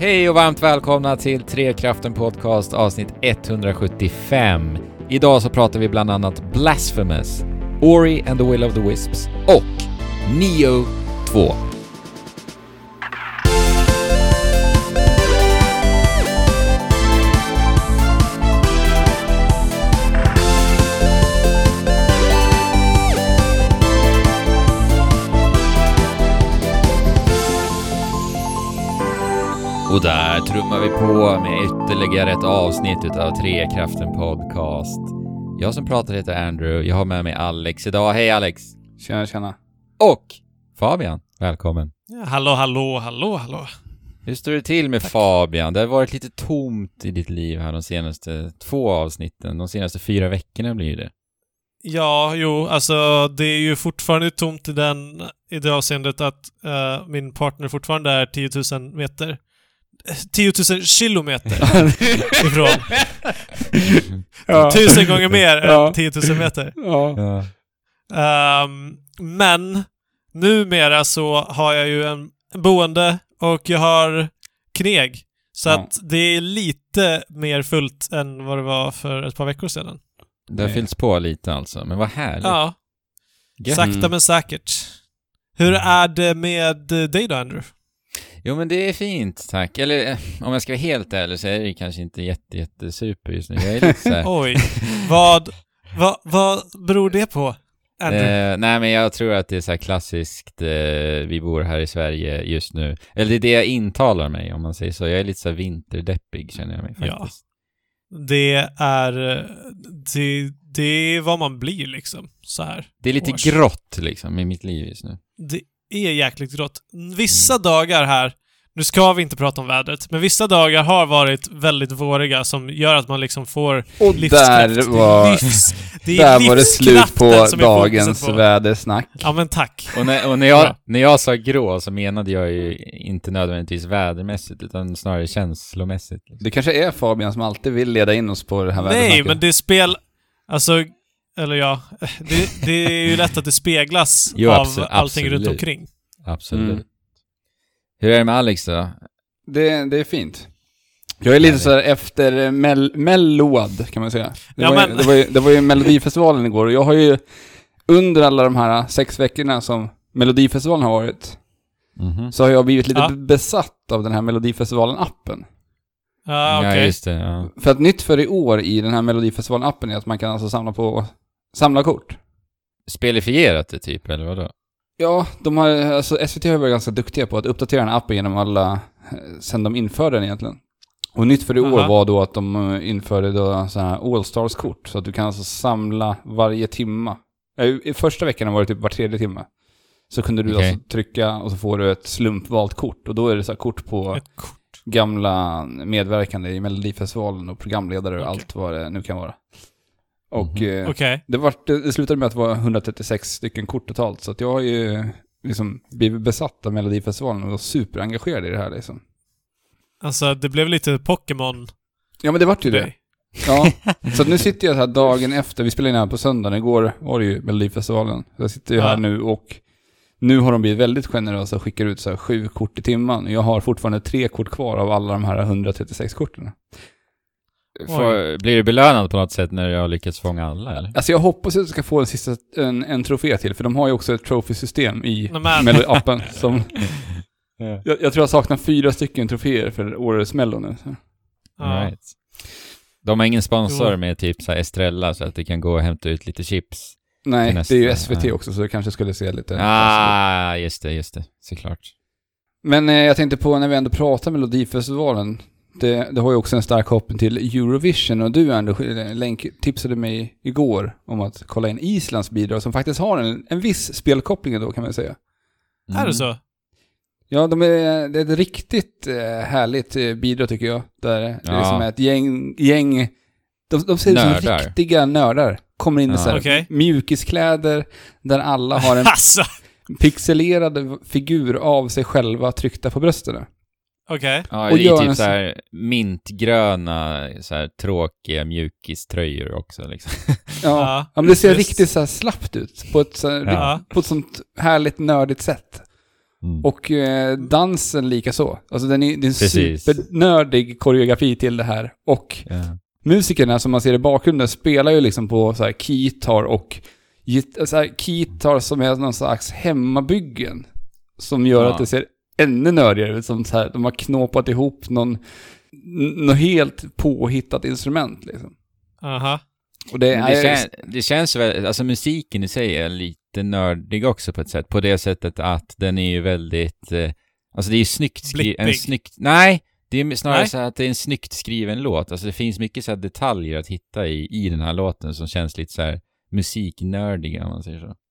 Hej och varmt välkomna till Trekraften Podcast avsnitt 175. Idag så pratar vi bland annat Blasphemous, Ori and the Will of the Wisps och Nioh 2. Och där trummar vi på med ytterligare ett avsnitt utav Trekraften Podcast. Jag som pratar heter Andrew. Jag har med mig Alex idag. Hej Alex! Tjena. Och Fabian, välkommen. Ja, hallå. Hur står det till med Fabian? Det har varit lite tomt i ditt liv här de senaste 2 avsnitten. De senaste 4 veckorna blir det. Ja, alltså det är ju fortfarande tomt i det avseendet att min partner fortfarande är 10 000 meter. 10 000 kilometer ifrån. Ja. 1000 gånger mer än 10 000 meter. Ja. Men numera så har jag ju en boende och jag har kneg. Så att det är lite mer fullt än vad det var för ett par veckor sedan. Det fylls på lite alltså, men vad härligt. Ja, sakta men säkert. Hur är det med dig då, Andrew? Jo, men det är fint, tack. Eller om jag ska vara helt ärlig så är det kanske inte jättesuper just nu. Jag är lite så här... Oj, vad beror det på, Andrew? Nej, men jag tror att det är så här klassiskt. Vi bor här i Sverige just nu. Eller det är det jag intalar mig, om man säger så. Jag är lite så här vinterdeppig, känner jag mig faktiskt. Ja, det är vad man blir liksom, så här. Det är lite grått liksom i mitt liv just nu. Det är jäkligt grått. Vissa dagar här, nu ska vi inte prata om vädret, men vissa dagar har varit väldigt våriga som gör att man liksom får och livskraft. Där var det slut på dagens vädersnack. Ja, men tack. Och när jag sa grå så menade jag ju inte nödvändigtvis vädermässigt utan snarare känslomässigt. Det kanske är Fabian som alltid vill leda in oss på det här vädersnacket. Nej, men det är alltså, eller ja, det är ju lätt att det speglas av allting runt omkring. Absolut. Hur är det med Alex då? Det är fint. Jag är lite så här efter melload, kan man säga. Det var ju Melodifestivalen igår och jag har ju under alla de här 6 veckorna som Melodifestivalen har varit så har jag blivit lite besatt av den här Melodifestivalen-appen. Ja, okej. Ja, just det. Ja. För att nytt för i år i den här Melodifestivalen-appen är att man kan alltså samla kort. Spelifierat det typ, eller vadå? Ja, SVT har varit ganska duktiga på att uppdatera den här appen genom sen de införde den egentligen. Och nytt för i år var då att de införde då så här All-Stars-kort. Så att du kan alltså samla varje timma. I första veckan har det varit typ var 3:e timme. Så kunde du alltså trycka och så får du ett slumpvalt kort. Och då är det så här kort på gamla medverkande i Melodifestivalen och programledare och allt vad det nu kan vara. Och det slutade med att det var 136 stycken kort totalt. Så att jag har ju liksom blivit besatt av Melodifestivalen och var superengagerad i det här liksom. Alltså det blev lite Pokémon. Ja, men det var ju det. Ja, så nu sitter jag här dagen efter. Vi spelade in här på söndagen. Igår var det ju Melodifestivalen. Så jag sitter ju här nu och nu har de blivit väldigt generösa och skickar ut så här 7 kort i timmen. Jag har fortfarande 3 kort kvar av alla de här 136 korten. Blir du belönad på något sätt när jag har lyckats fånga alla, eller? Alltså jag hoppas att jag ska få en trofé till. För de har ju också ett trophy-system i Mello-appen som... jag tror jag saknar 4 stycken troféer för årets Mello nu. Right. De har ingen sponsor med typ så här Estrella så att det kan gå och hämta ut lite chips. Nej, det är ju SVT också så det kanske skulle se lite... Just det, såklart. Men jag tänkte på när vi ändå pratar med Melodifestivalen. Det har ju också en stark koppling till Eurovision och du ändå tipsade mig igår om att kolla in Islands bidrag som faktiskt har en viss spelkoppling då, kan man säga. Är det så? Ja, det är ett riktigt härligt bidrag tycker jag. Där det är liksom ett gäng de ser ut som riktiga nördar. Kommer in i så här mjukiskläder där alla har en pixelerad figur av sig själva tryckta på brösten. Okej. Ja, och i typ så här mintgröna så här tråkiga mjukiströjor också liksom. Ja, men det ser riktigt så här slappt ut på ett sånt härligt nördigt sätt. Och dansen lika så. Alltså det är en Precis. supernördig koreografi till det här. Och musikerna som man ser i bakgrunden spelar ju liksom på så här keytar och så här keytar som är någon slags hemmabyggen. Som gör att det ser ännu nördigare ut. Som så här, de har knåpat ihop någon helt påhittat instrument liksom. Aha. Och det känns väl, alltså musiken i sig är lite nördig också på ett sätt. På det sättet att den är ju väldigt, alltså det är ju snyggt nej, det är snarare så att det är en snyggt skriven låt. Alltså det finns mycket så här detaljer att hitta i den här låten som känns lite så här musiknördiga om man säger så.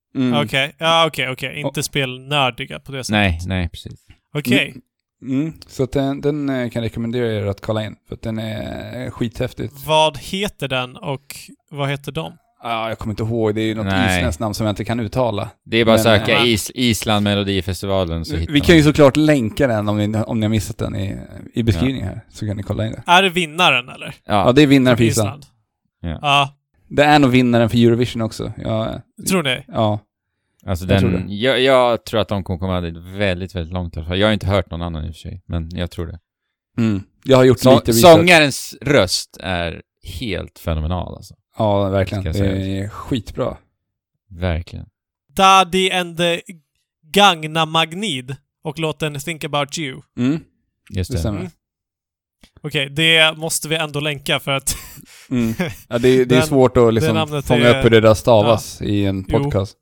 Okej. Inte spelnördiga på det sättet. Nej, precis. Okej. Så att den kan rekommendera er att kolla in. För att den är skithäftigt. Vad heter den och vad heter de? Jag kommer inte ihåg. Det är ju något isländskt namn som jag inte kan uttala. Det är bara att söka Island Melodifestivalen så hittar vi kan ju såklart länka den om ni har missat den i beskrivningen här. Så kan ni kolla in det. Är det vinnaren eller? Ja, det är vinnaren för Island. Ja. Det är nog vinnaren för Eurovision också. Tror ni? Ja. Alltså jag tror att de kommer komma väldigt, väldigt långt i alla fall. Jag har inte hört någon annan i och för sig, men jag tror det. Jag har gjort lite research. Sångarens röst är helt fenomenal alltså. Ja, verkligen. Det är skitbra. Verkligen. Daddy and the Gagna Magnid och låten Think About You. Just det. Okej, det måste vi ändå länka för att Ja, det är svårt att liksom fånga upp hur det där stavas i en podcast.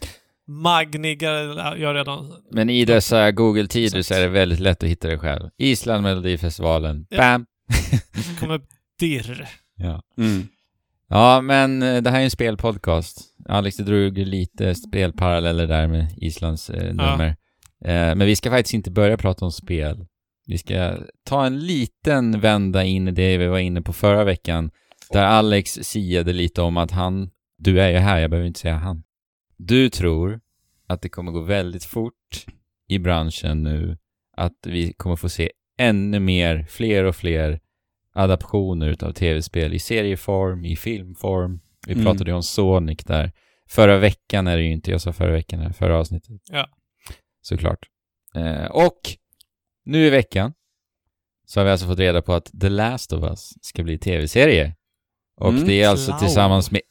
Magniga, jag redan. Men i dessa Google-tider så är det väldigt lätt att hitta det själv. Island Melodifestivalen. Bam! Kommer dirr. Ja. Ja, men det här är en spelpodcast. Alex, du drog lite spelparalleller där med Islands nummer. Men vi ska faktiskt inte börja prata om spel. Vi ska ta en liten vända in i det vi var inne på förra veckan. Där Alex siade lite om att du är ju här, jag behöver inte säga han. Du tror att det kommer gå väldigt fort i branschen nu. Att vi kommer få se fler och fler adaptioner utav tv-spel i serieform, i filmform. Vi pratade ju om Sonic där. Förra veckan är det ju inte, jag sa förra veckan här, förra avsnittet. Ja. Såklart. Och nu i veckan så har vi alltså fått reda på att The Last of Us ska bli tv-serie. Och det är alltså tillsammans med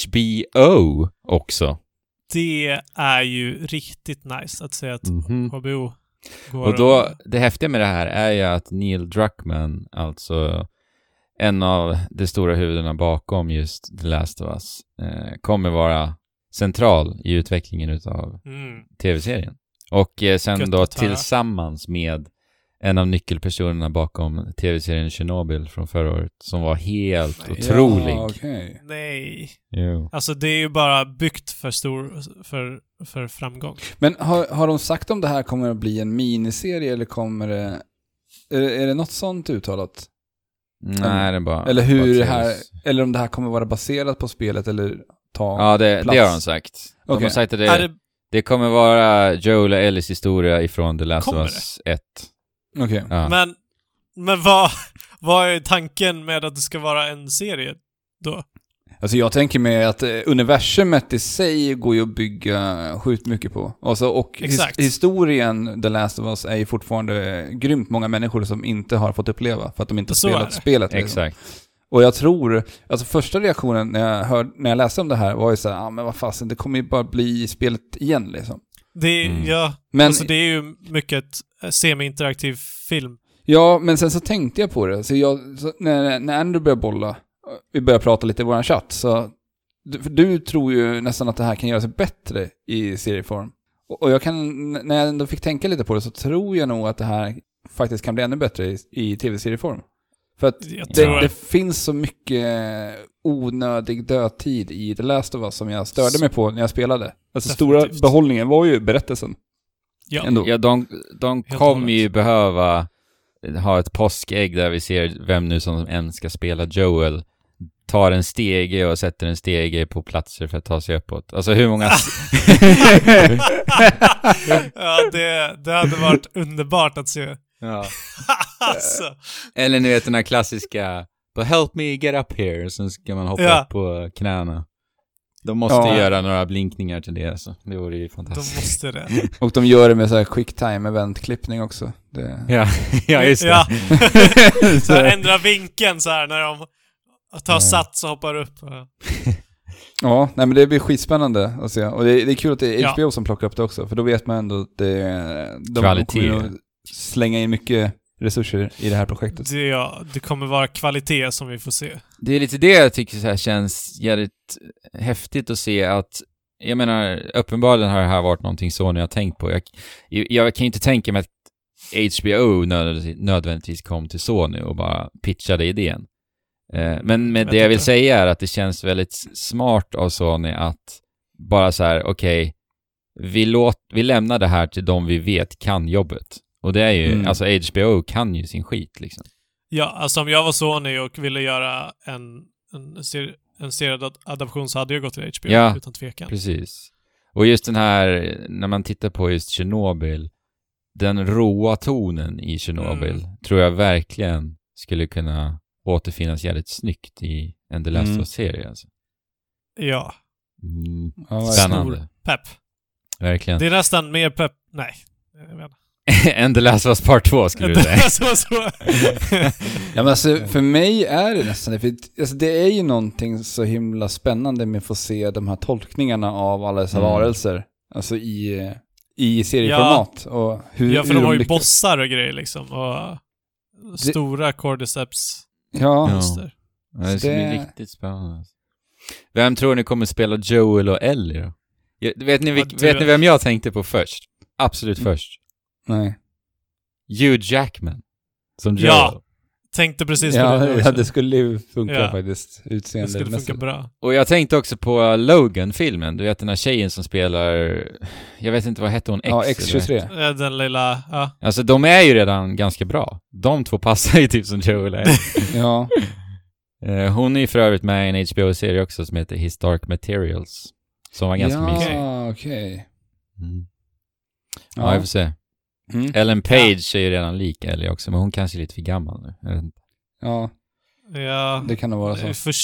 HBO också. Det är ju riktigt nice att säga att HBO går. Och då, det häftiga med det här är ju att Neil Druckmann, alltså en av de stora huvudena bakom just The Last of Us, kommer vara central i utvecklingen utav tv-serien. Och sen då tillsammans med en av nyckelpersonerna bakom tv-serien Chernobyl från förra året som var helt otrolig. Okay. Nej. Jo. Alltså det är ju bara byggt för framgång. Men har de sagt om det här kommer att bli en miniserie eller kommer det är det något sånt uttalat? Nej, det är bara eller hur det här eller om det här kommer vara baserat på spelet eller ta det har de sagt. De har sagt att det kommer vara Joel och Ellies historia ifrån The Last of Us 1. Okej. Ja. Men vad är tanken med att det ska vara en serie då? Alltså jag tänker mig att universumet i sig går ju att bygga sjukt mycket på. Alltså, och historien The Last of Us är ju fortfarande grymt många människor som inte har fått uppleva för att de inte har spelat spelet. Exakt. Och jag tror, alltså första reaktionen när jag läste om det här var ju så här, men vad fasen, det kommer ju bara bli spelet igen liksom. Men alltså det är ju mycket semi-interaktiv film. Ja, men sen så tänkte jag på det. Så när Andrew började bolla, vi började prata lite i våran chatt, så du tror ju nästan att det här kan göra sig bättre i serieform. Och jag kan, när jag ändå fick tänka lite på det, så tror jag nog att det här faktiskt kan bli ännu bättre i tv-serieform. För att det finns så mycket onödig dödtid i The Last of Us som jag störde mig på när jag spelade. Alltså stora behållningen var ju berättelsen. Ja, de kommer ju behöva ha ett påskägg där vi ser vem nu som än ska spela Joel. Tar en stege och sätter en stege på platser för att ta sig uppåt. Alltså hur många... Ja, det hade varit underbart att se. Ja. Alltså. Eller ni vet den här klassiska But help me get up here. Sen ska man hoppa upp på knäna. De måste göra några blinkningar till det, så det vore ju fantastiskt. De måste det. Och de gör det med så här quick time event-klippning också. Ja, just det. Ja. Så här, ändra vinkeln så här när de tar sats och hoppar upp. Ja, nej men det blir skitspännande att se. Och det är kul att det är HBO som plockar upp det också. För då vet man ändå att de kommer att slänga in mycket resurser i det här projektet. Det kommer vara kvalitet som vi får se. Det är lite det jag tycker så här känns jävligt häftigt att se att, jag menar, uppenbarligen har det här varit någonting så när jag tänkt på. Jag kan ju inte tänka mig att HBO nödvändigtvis kom till Sony och bara pitchade idén. Men det jag vill säga är att det känns väldigt smart av Sony att bara så här, okej, vi lämnar det här till de vi vet kan jobbet. Och det är ju, alltså HBO kan ju sin skit liksom. Ja, alltså om jag var Sony och ville göra en serieadaption så hade jag gått till HBO utan tvekan. Precis. Och just den här, när man tittar på just Chernobyl, den råa tonen i Chernobyl tror jag verkligen skulle kunna återfinnas jävligt snyggt i en The Last of Us-serie alltså. Ja. Spännande. Pepp. Verkligen. Det är nästan mer pepp. Nej, jag vet inte. En The Last of Us Part 2 skulle du säga. Ja, men alltså, för mig är det nästan det. För, alltså, det är ju någonting så himla spännande med att få se de här tolkningarna av alla dessa varelser. Alltså i serieformat. Ja, och hur, för de har ju bossar och grejer liksom. Och stora cordyceps. Ja. Det ska bli riktigt spännande. Vem tror ni kommer spela Joel och Ellie då? Vet ni vem jag tänkte på först? Absolut först. Nej. Hugh Jackman som Joel. Ja, tänkte precis på det. Ja, det skulle ju funka faktiskt. Utseende. Det skulle funka bra. Och jag tänkte också på Logan-filmen. Du vet den här tjejen som spelar, jag vet inte vad hette hon, X23. Den lilla, Alltså de är ju redan ganska bra. De två passar ju typ som Joel är. Ja. Hon är ju för övrigt med i en HBO-serie också som heter His Dark Materials. Som var ganska mysig. Ja, okej. Ja, jag får se. Ellen Page är ju redan lik Ellie också, men hon kanske är lite för gammal nu. Jag vet inte. Ja, det kan nog vara så.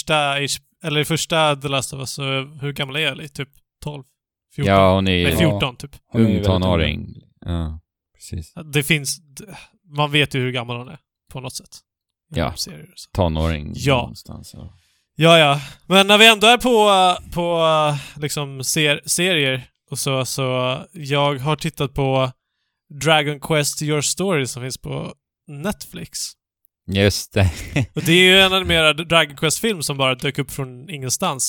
I första The Last of Us, så hur gammal är Ellie? Typ 12? 14? Ja, hon är 14 typ. Ung tonåring. Ja, precis. Det finns, man vet ju hur gammal hon är på något sätt. Ja, tonåring någonstans. Ja. Men när vi ändå är på liksom serier och så jag har tittat på Dragon Quest Your Story som finns på Netflix. Just det. Och det är ju en animerad Dragon Quest-film som bara dök upp från ingenstans.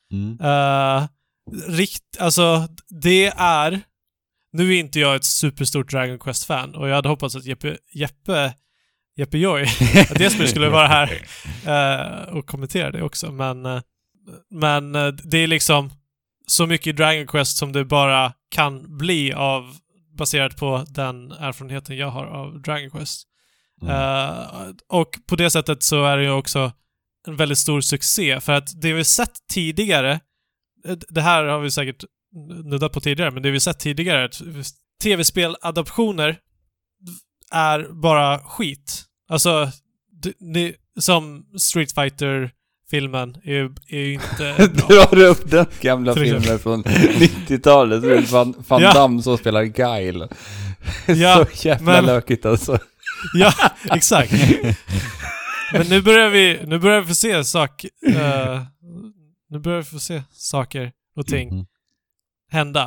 Alltså, det är... Nu är inte jag ett superstort Dragon Quest-fan och jag hade hoppats att Jeppe Joy att Jesper skulle vara här och kommentera det också. Men det är liksom så mycket Dragon Quest som det bara kan bli baserat på den erfarenheten jag har av Dragon Quest. Och på det sättet så är det ju också en väldigt stor succé, för att det vi sett tidigare, det här har vi säkert nuddat på tidigare, men det vi sett tidigare, att tv-speladaptioner är bara skit. Alltså, som Street Fighter-filmen är ju inte bra. Drar du upp den gamla filmen från 90-talet? Van Damme som spelar Guile. Så jävla lökigt alltså. Ja, exakt. Men nu börjar vi få se nu börjar vi få se saker och ting hända.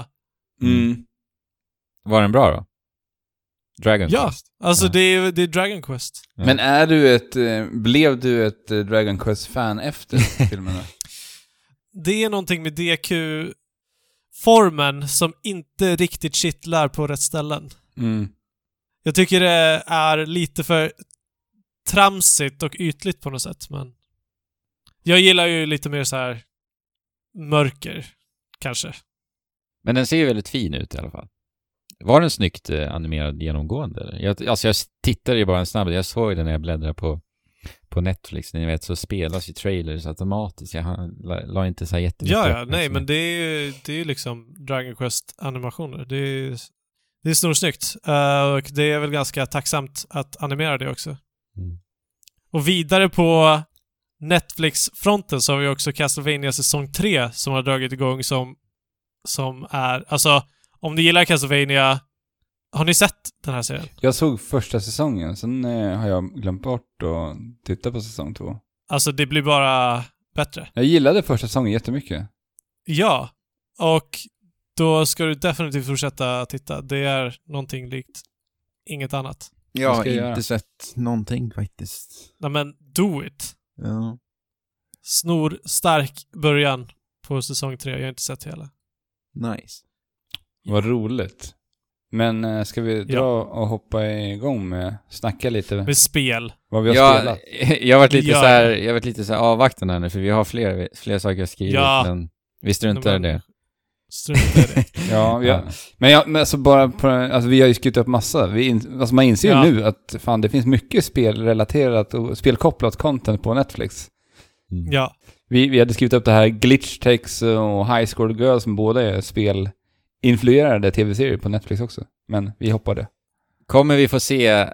Var den bra då? Dragon Quest? Alltså det är Dragon Quest. Ja. Men blev du ett Dragon Quest-fan efter filmerna? Det är någonting med DQ-formen som inte riktigt kittlar på rätt ställen. Jag tycker det är lite för tramsigt och ytligt på något sätt, men jag gillar ju lite mer så här mörker, kanske. Men den ser ju väldigt fin ut i alla fall. Var den snyggt animerad genomgående? Eller? Jag tittade ju bara en snabb. Jag såg den när jag bläddrade på Netflix. Ni vet, så spelas ju trailers automatiskt. Jag la inte så här jättemycket. Nej, men det är ju liksom Dragon Quest-animationer. Det är snorsnyggt. Och det är väl ganska tacksamt att animera det också. Och vidare på Netflix-fronten så har vi också Castlevania säsong 3 som har dragit igång som är... Alltså, om ni gillar Castlevania, har ni sett den här serien? Jag såg första säsongen, sen har jag glömt bort att titta på säsong 2. Alltså, det blir bara bättre. Jag gillade första säsongen jättemycket. Ja, och då ska du definitivt fortsätta titta. Det är någonting likt inget annat. Jag har ska jag inte göra? sett någonting faktiskt. Nej men, do it. Ja. Stark början på säsong 3. Jag har inte sett hela. Nice. Vad roligt. Men ska vi dra och hoppa igång med snacka lite Med spel. vad vi har spelat? Jag har varit lite Ja. så här, jag har varit lite så här avvaktande här nu, för vi har fler saker att skriva. Ja. Men vi struntar i det. Strunta i det. Ja, Ja. men alltså bara på, alltså vi har ju skrivit upp massa. Alltså man inser ju nu att fan, det finns mycket spelrelaterat och spelkopplat content på Netflix. Mm. Ja. Vi hade skrivit upp det här Glitch Takes och High Score Girl som båda är spelinfluerade tv-serier på Netflix också. Men vi hoppade. Kommer vi få se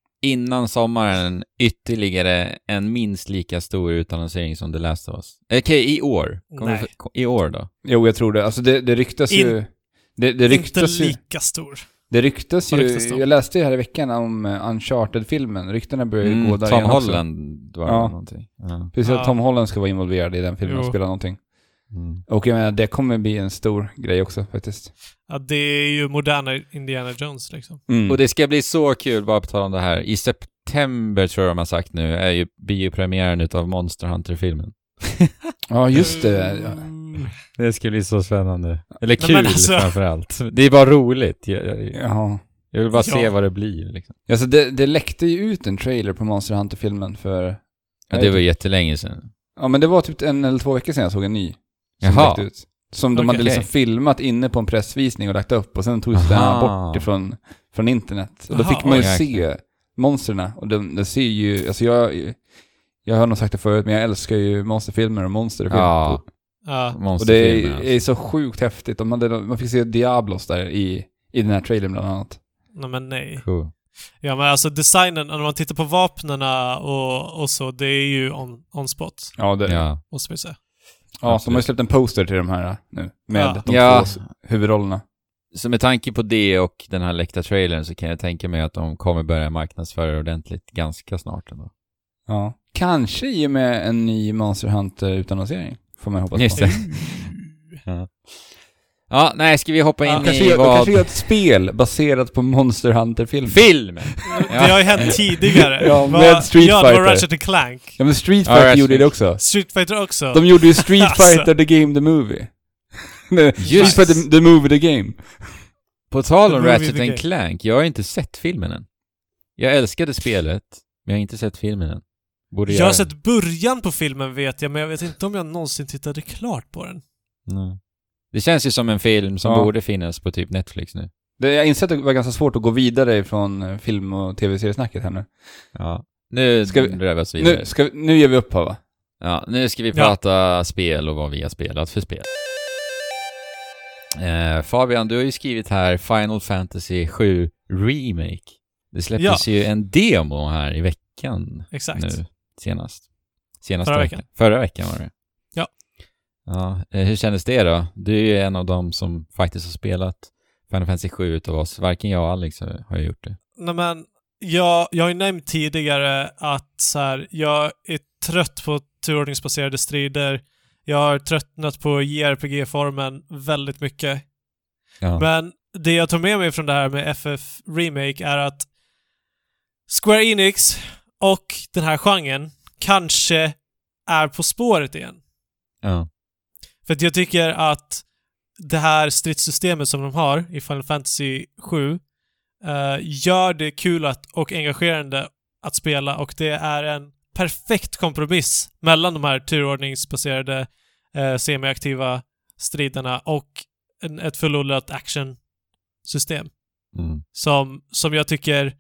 innan sommaren ytterligare en minst lika stor utannonsering som The Last of Us? Okej, i år. Nej. I år då? Jo, jag tror det. Alltså det ryktas ju... Det Inte ryktas ju... lika stor. Det ryktas Vad ju... ryktas det om? Jag läste ju här i veckan om Uncharted-filmen. Ryktena börjar ju gå där Tom igen också. Holland var Ja. någonting. Ja. Precis, Ja. att Tom Holland ska vara involverad i den filmen och Jo. spela någonting. Mm. Och jag menar, det kommer bli en stor grej också faktiskt. Ja, det är ju moderna Indiana Jones liksom. Mm. Och det ska bli så kul, bara på tal om det här. I september tror jag de har sagt nu, är ju biopremiären utav Monster Hunter-filmen. Ja, just det. Ja. Det ska bli så spännande. Eller Nej, kul men alltså- framförallt. Det är bara roligt. Ja. Jag vill bara Ja. se vad det blir liksom. Alltså det läckte ju ut en trailer på Monster Hunter-filmen för... Ja, det var jättelänge sedan. Ja, men det var typ 1 eller 2 veckor sedan jag såg en ny. Som Jaha. läckte ut. Som de Okej. hade liksom filmat inne på en pressvisning och lagt upp. Och sen togs det här bort från internet. Och då Jaha, fick man ju oj, se monsterna. Och det ser ju... Alltså jag har nog sagt det förut, men jag älskar ju monsterfilmer och monsterfilmer. Ja, Ja. Och det monsterfilmer. Alltså. är så sjukt häftigt. Man fick se Diablos där i den här trailern bland annat. Nej men nej. Cool. Ja men alltså designen, när man tittar på vapnena och så, det är ju on spot. Ja, Ja. Måste vi säga. Ja, de har ju släppt en poster till de här nu. Med Ja. de Ja. 2 huvudrollerna. Så med tanke på det och den här läckta trailern så kan jag tänka mig att de kommer börja marknadsföra ordentligt ganska snart ändå. Ja. Kanske i och med en ny Monster Hunter-utannonsering. Får man hoppas Just på. det. Ja, nej, ska vi hoppa in Kanske i kanske gör ett spel baserat på Monster Hunter-film. Film! Det har ju hänt tidigare. Ja, med Street Ja, det var Fighter. Ratchet & Clank. Ja, men Street Ja, Fighter Ratchet. gjorde det också. Street Fighter också. De gjorde ju Street Alltså. Fighter the Game the Movie. Nej, Street Just. Fighter the Movie the Game. På tal om The movie, the Ratchet game. Clank, jag har inte sett filmen än. Jag älskade spelet, men jag har inte sett filmen än. Borde Jag har göra. sett början på filmen vet jag, men jag vet inte om jag någonsin tittade klart på den. Nej. Det känns ju som en film som Ja. borde finnas på typ Netflix nu. Jag inser att det var ganska svårt att gå vidare från film- och tv-seriesnacket här nu. Ja. Nu Ska vi- drar vi oss vidare. Nu ger vi upp här, va? Ja, nu ska vi Ja. prata spel och vad vi har spelat för spel. Fabian, du har ju skrivit här Final Fantasy 7 Remake. Det släpptes ju en demo här i veckan. Exakt. Nu, senaste Förra veckan. Förra veckan var det. Ja. Ja, hur kändes det då? Du är ju en av dem som faktiskt har spelat Final Fantasy 7 utav oss. Varken jag och Alex har gjort det. Nej men, jag har ju nämnt tidigare att så här, jag är trött på turordningsbaserade strider. Jag har tröttnat på JRPG-formen väldigt mycket. Ja. Men det jag tar med mig från det här med FF Remake är att Square Enix och den här genren kanske är på spåret igen. Ja. För att jag tycker att det här stridssystemet som de har i Final Fantasy 7 gör det kul och engagerande att spela, och det är en perfekt kompromiss mellan de här turordningsbaserade semiaktiva striderna och ett fulloddat actionsystem Mm. som jag tycker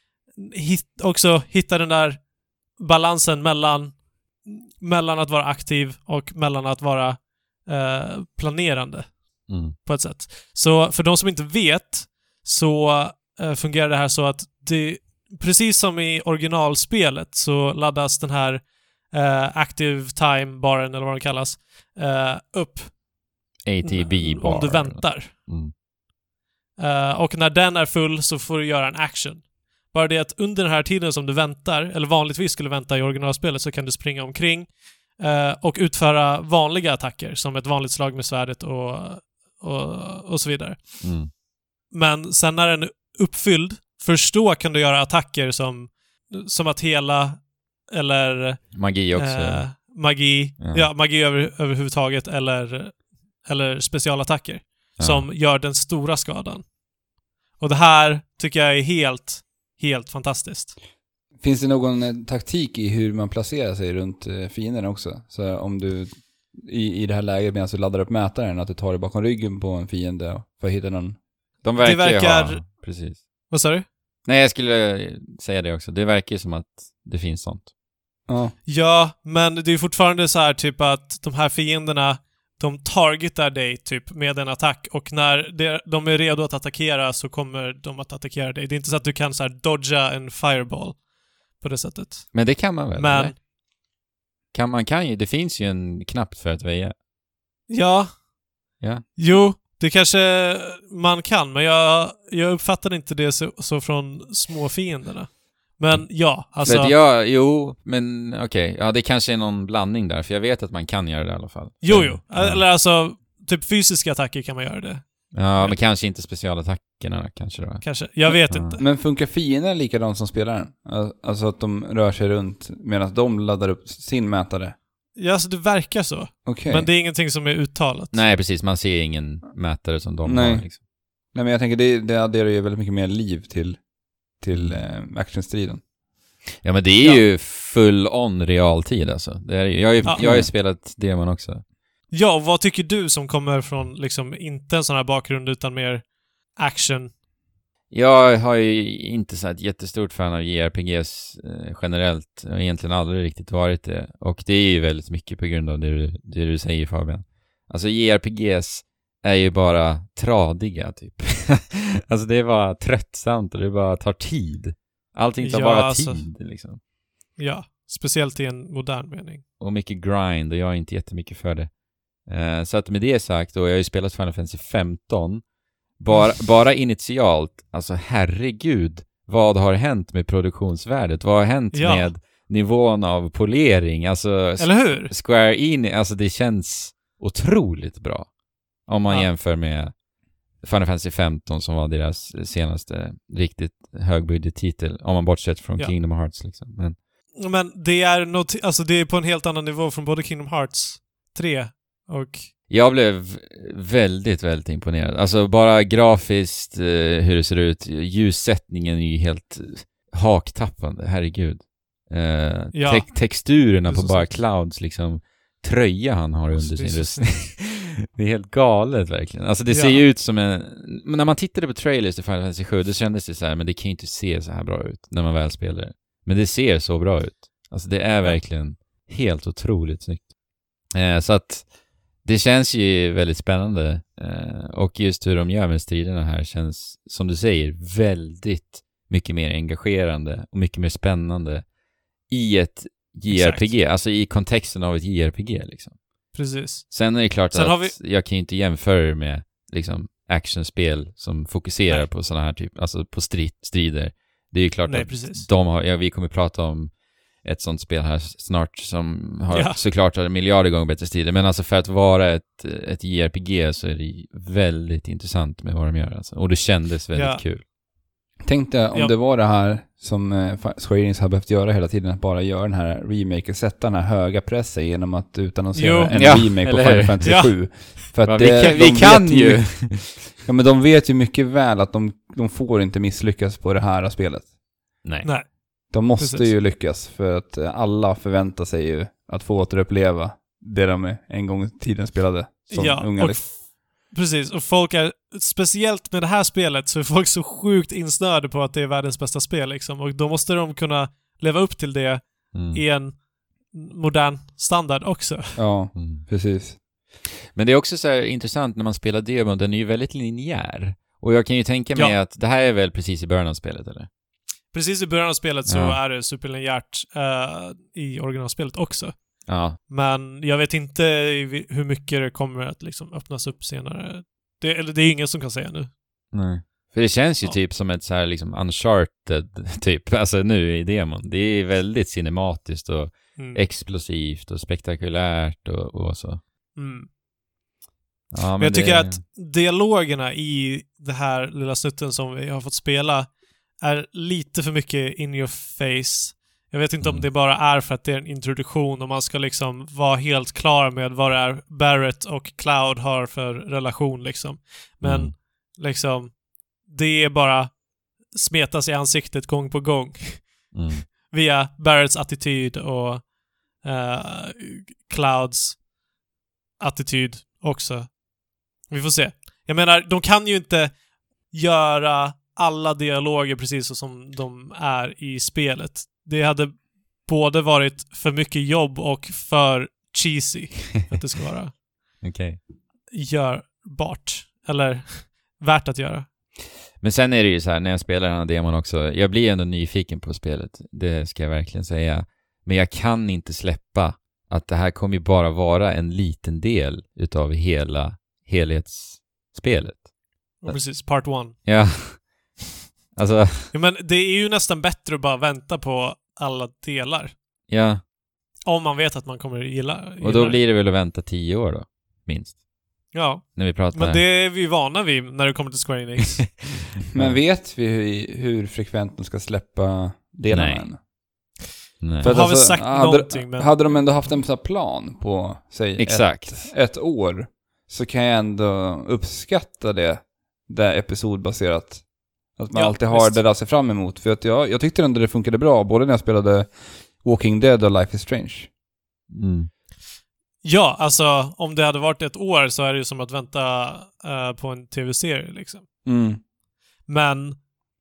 också hittar den där balansen mellan att vara aktiv och mellan att vara planerande Mm. på ett sätt. Så för de som inte vet så fungerar det här så att det, precis som i originalspelet så laddas den här active time baren eller vad det kallas, upp ATB bar. om du väntar. Och när den är full så får du göra en action. Bara det att under den här tiden som du väntar, eller vanligtvis skulle vänta i originalspelet, så kan du springa omkring och utföra vanliga attacker som ett vanligt slag med svärdet och så vidare. Men sen när den är uppfylld, först då kan du göra attacker som att hela eller magi också. Magi överhuvudtaget eller specialattacker som gör den stora skadan. Och det här tycker jag är helt fantastiskt. Finns det någon taktik i hur man placerar sig runt fienden också? Så om du i det här läget medan du laddar upp mätaren, att du tar dig bakom ryggen på en fiende för att hitta någon... De verkar ha, precis. Vad sa du? Nej, jag skulle säga det också. Det verkar som att det finns sånt. Ja, men det är fortfarande så här typ att de här fienderna, de targetar dig typ med en attack, och när de är redo att attackera så kommer de att attackera dig. Det är inte så att du kan så här dodga en fireball på det sättet. Men det kan man väl? Men eller? Man kan ju, det finns ju en knapp för att väja. Ja. Jo, det kanske man kan, men jag uppfattar inte det så från små fienderna. Men ja, alltså... Men okej. Ja, det kanske är någon blandning där, för jag vet att man kan göra det i alla fall. Jo. Eller alltså, typ fysiska attacker kan man göra det. Ja, men kanske inte specialattackerna kanske då. Kanske, jag vet inte. Men funkar fienden likadant som spelaren? Alltså att de rör sig runt medan de laddar upp sin mätare? Ja, alltså det verkar så. Okay. Men det är ingenting som är uttalat. Nej, precis. Man ser ingen mätare som de har. Liksom. Nej, men jag tänker det adderar ju väldigt mycket mer liv till actionstriden. Ja, men det är ju full on realtid alltså. Det är, jag har ju spelat demon också. Ja, och vad tycker du som kommer från liksom inte en sån här bakgrund utan mer action? Jag har ju inte så ett jättestort fan av JRPGs generellt. Jag har egentligen aldrig riktigt varit det. Och det är ju väldigt mycket på grund av det du säger, Fabian. Alltså JRPGs är ju bara tradiga typ. Alltså det är bara tröttsamt och det bara tar tid. Allting tar bara tid liksom. Ja, speciellt i en modern mening. Och mycket grind, och jag är inte jättemycket för det. Så att med det sagt, och jag har ju spelat Final Fantasy 15 bara initialt, alltså herregud, vad har hänt med produktionsvärdet? Vad har hänt med nivån av polering? Alltså, eller hur? Square Enix, alltså det känns otroligt bra. Om man jämför med Final Fantasy 15 som var deras senaste riktigt högbudget-titel. Om man bortsett från Kingdom Hearts liksom. Men det är alltså det är på en helt annan nivå från både Kingdom Hearts 3 och... Jag blev väldigt, väldigt imponerad. Alltså bara grafiskt, hur det ser ut. Ljussättningen är ju helt haktappande, herregud. Texturerna på bara Clouds liksom tröja han har under sin rustning. Det är helt galet verkligen. Alltså det ser ju ut som en... Men när man tittade på trailers till Final Fantasy 7, då kändes det så här, men det kan ju inte se så här bra ut när man väl spelar det. Men det ser så bra ut. Alltså det är verkligen helt otroligt snyggt. Så att det känns ju väldigt spännande. Och just hur de gör med striderna här känns, som du säger, väldigt mycket mer engagerande och mycket mer spännande i ett JRPG. Exakt. Alltså i kontexten av ett JRPG liksom. Precis. Sen är det klart att jag kan ju inte jämföra det med liksom actionspel som fokuserar på sådana här typ, alltså på strider. Det är ju klart att de har, vi kommer prata om ett sånt spel här snart som har såklart miljarder gånger bättre strider, men alltså för att vara ett JRPG så är det väldigt intressant med vad de gör alltså. Och det kändes väldigt kul. Tänk dig om det var det här som Square Enix har behövt göra hela tiden, att bara göra den här remaken, sätta den här höga pressen genom att utannonsera en remake på Final Fantasy 7. För att vi kan ju. Ja, men de vet ju mycket väl att de får inte misslyckas på det här spelet. Nej. De måste ju lyckas, för att alla förväntar sig ju att få återuppleva det de en gång i tiden spelade som unga. Precis, och folk är, speciellt med det här spelet, så är folk så sjukt insnöade på att det är världens bästa spel liksom, och då måste de kunna leva upp till det i en modern standard också. Ja, precis. Men det är också så här intressant när man spelar demon, den är ju väldigt linjär. Och jag kan ju tänka mig att det här är väl precis i början av spelet, eller? precis i början av spelet så är det superlinjärt i originalspelet också. Ja. Men jag vet inte hur mycket det kommer att liksom öppnas upp senare. Det är ingen som kan säga nu. Nej. För det känns ju typ som ett så här liksom uncharted typ, alltså nu i demon. Det är väldigt cinematiskt och explosivt och spektakulärt och så. Mm. Ja, men jag tycker att dialogerna i det här lilla snutten som vi har fått spela är lite för mycket in your face. Jag vet inte om det bara är för att det är en introduktion och man ska liksom vara helt klar med vad det är Barrett och Cloud har för relation liksom. Men liksom det är bara smetas i ansiktet gång på gång. Via Barretts attityd och Clouds attityd också. Vi får se. Jag menar, de kan ju inte göra alla dialoger precis som de är i spelet. Det hade både varit för mycket jobb och för cheesy för att det ska vara görbart. Eller värt att göra. Men sen är det ju så här, när jag spelar den här demon också, jag blir ändå nyfiken på spelet. Det ska jag verkligen säga. Men jag kan inte släppa att det här kommer ju bara vara en liten del utav hela helhetsspelet. Precis, part 1. Ja. Alltså... Ja, men det är ju nästan bättre att bara vänta på alla delar. Ja. Om man vet att man kommer gilla. Och då blir det väl att vänta 10 år då, minst. Ja. När vi pratar. Men det är vi vana vid när det kommer till Square Enix. Men vet vi hur frekvent de ska släppa delarna än? Nej. För har vi sagt någonting? Men... Hade de ändå haft en sån här plan på, säg, ett år, så kan jag ändå uppskatta det där episodbaserat. Att man alltid har det där att se fram emot. För att jag tyckte ändå det funkade bra, både när jag spelade Walking Dead och Life is Strange. Ja, alltså om det hade varit ett år så är det ju som att vänta på en tv-serie liksom. Men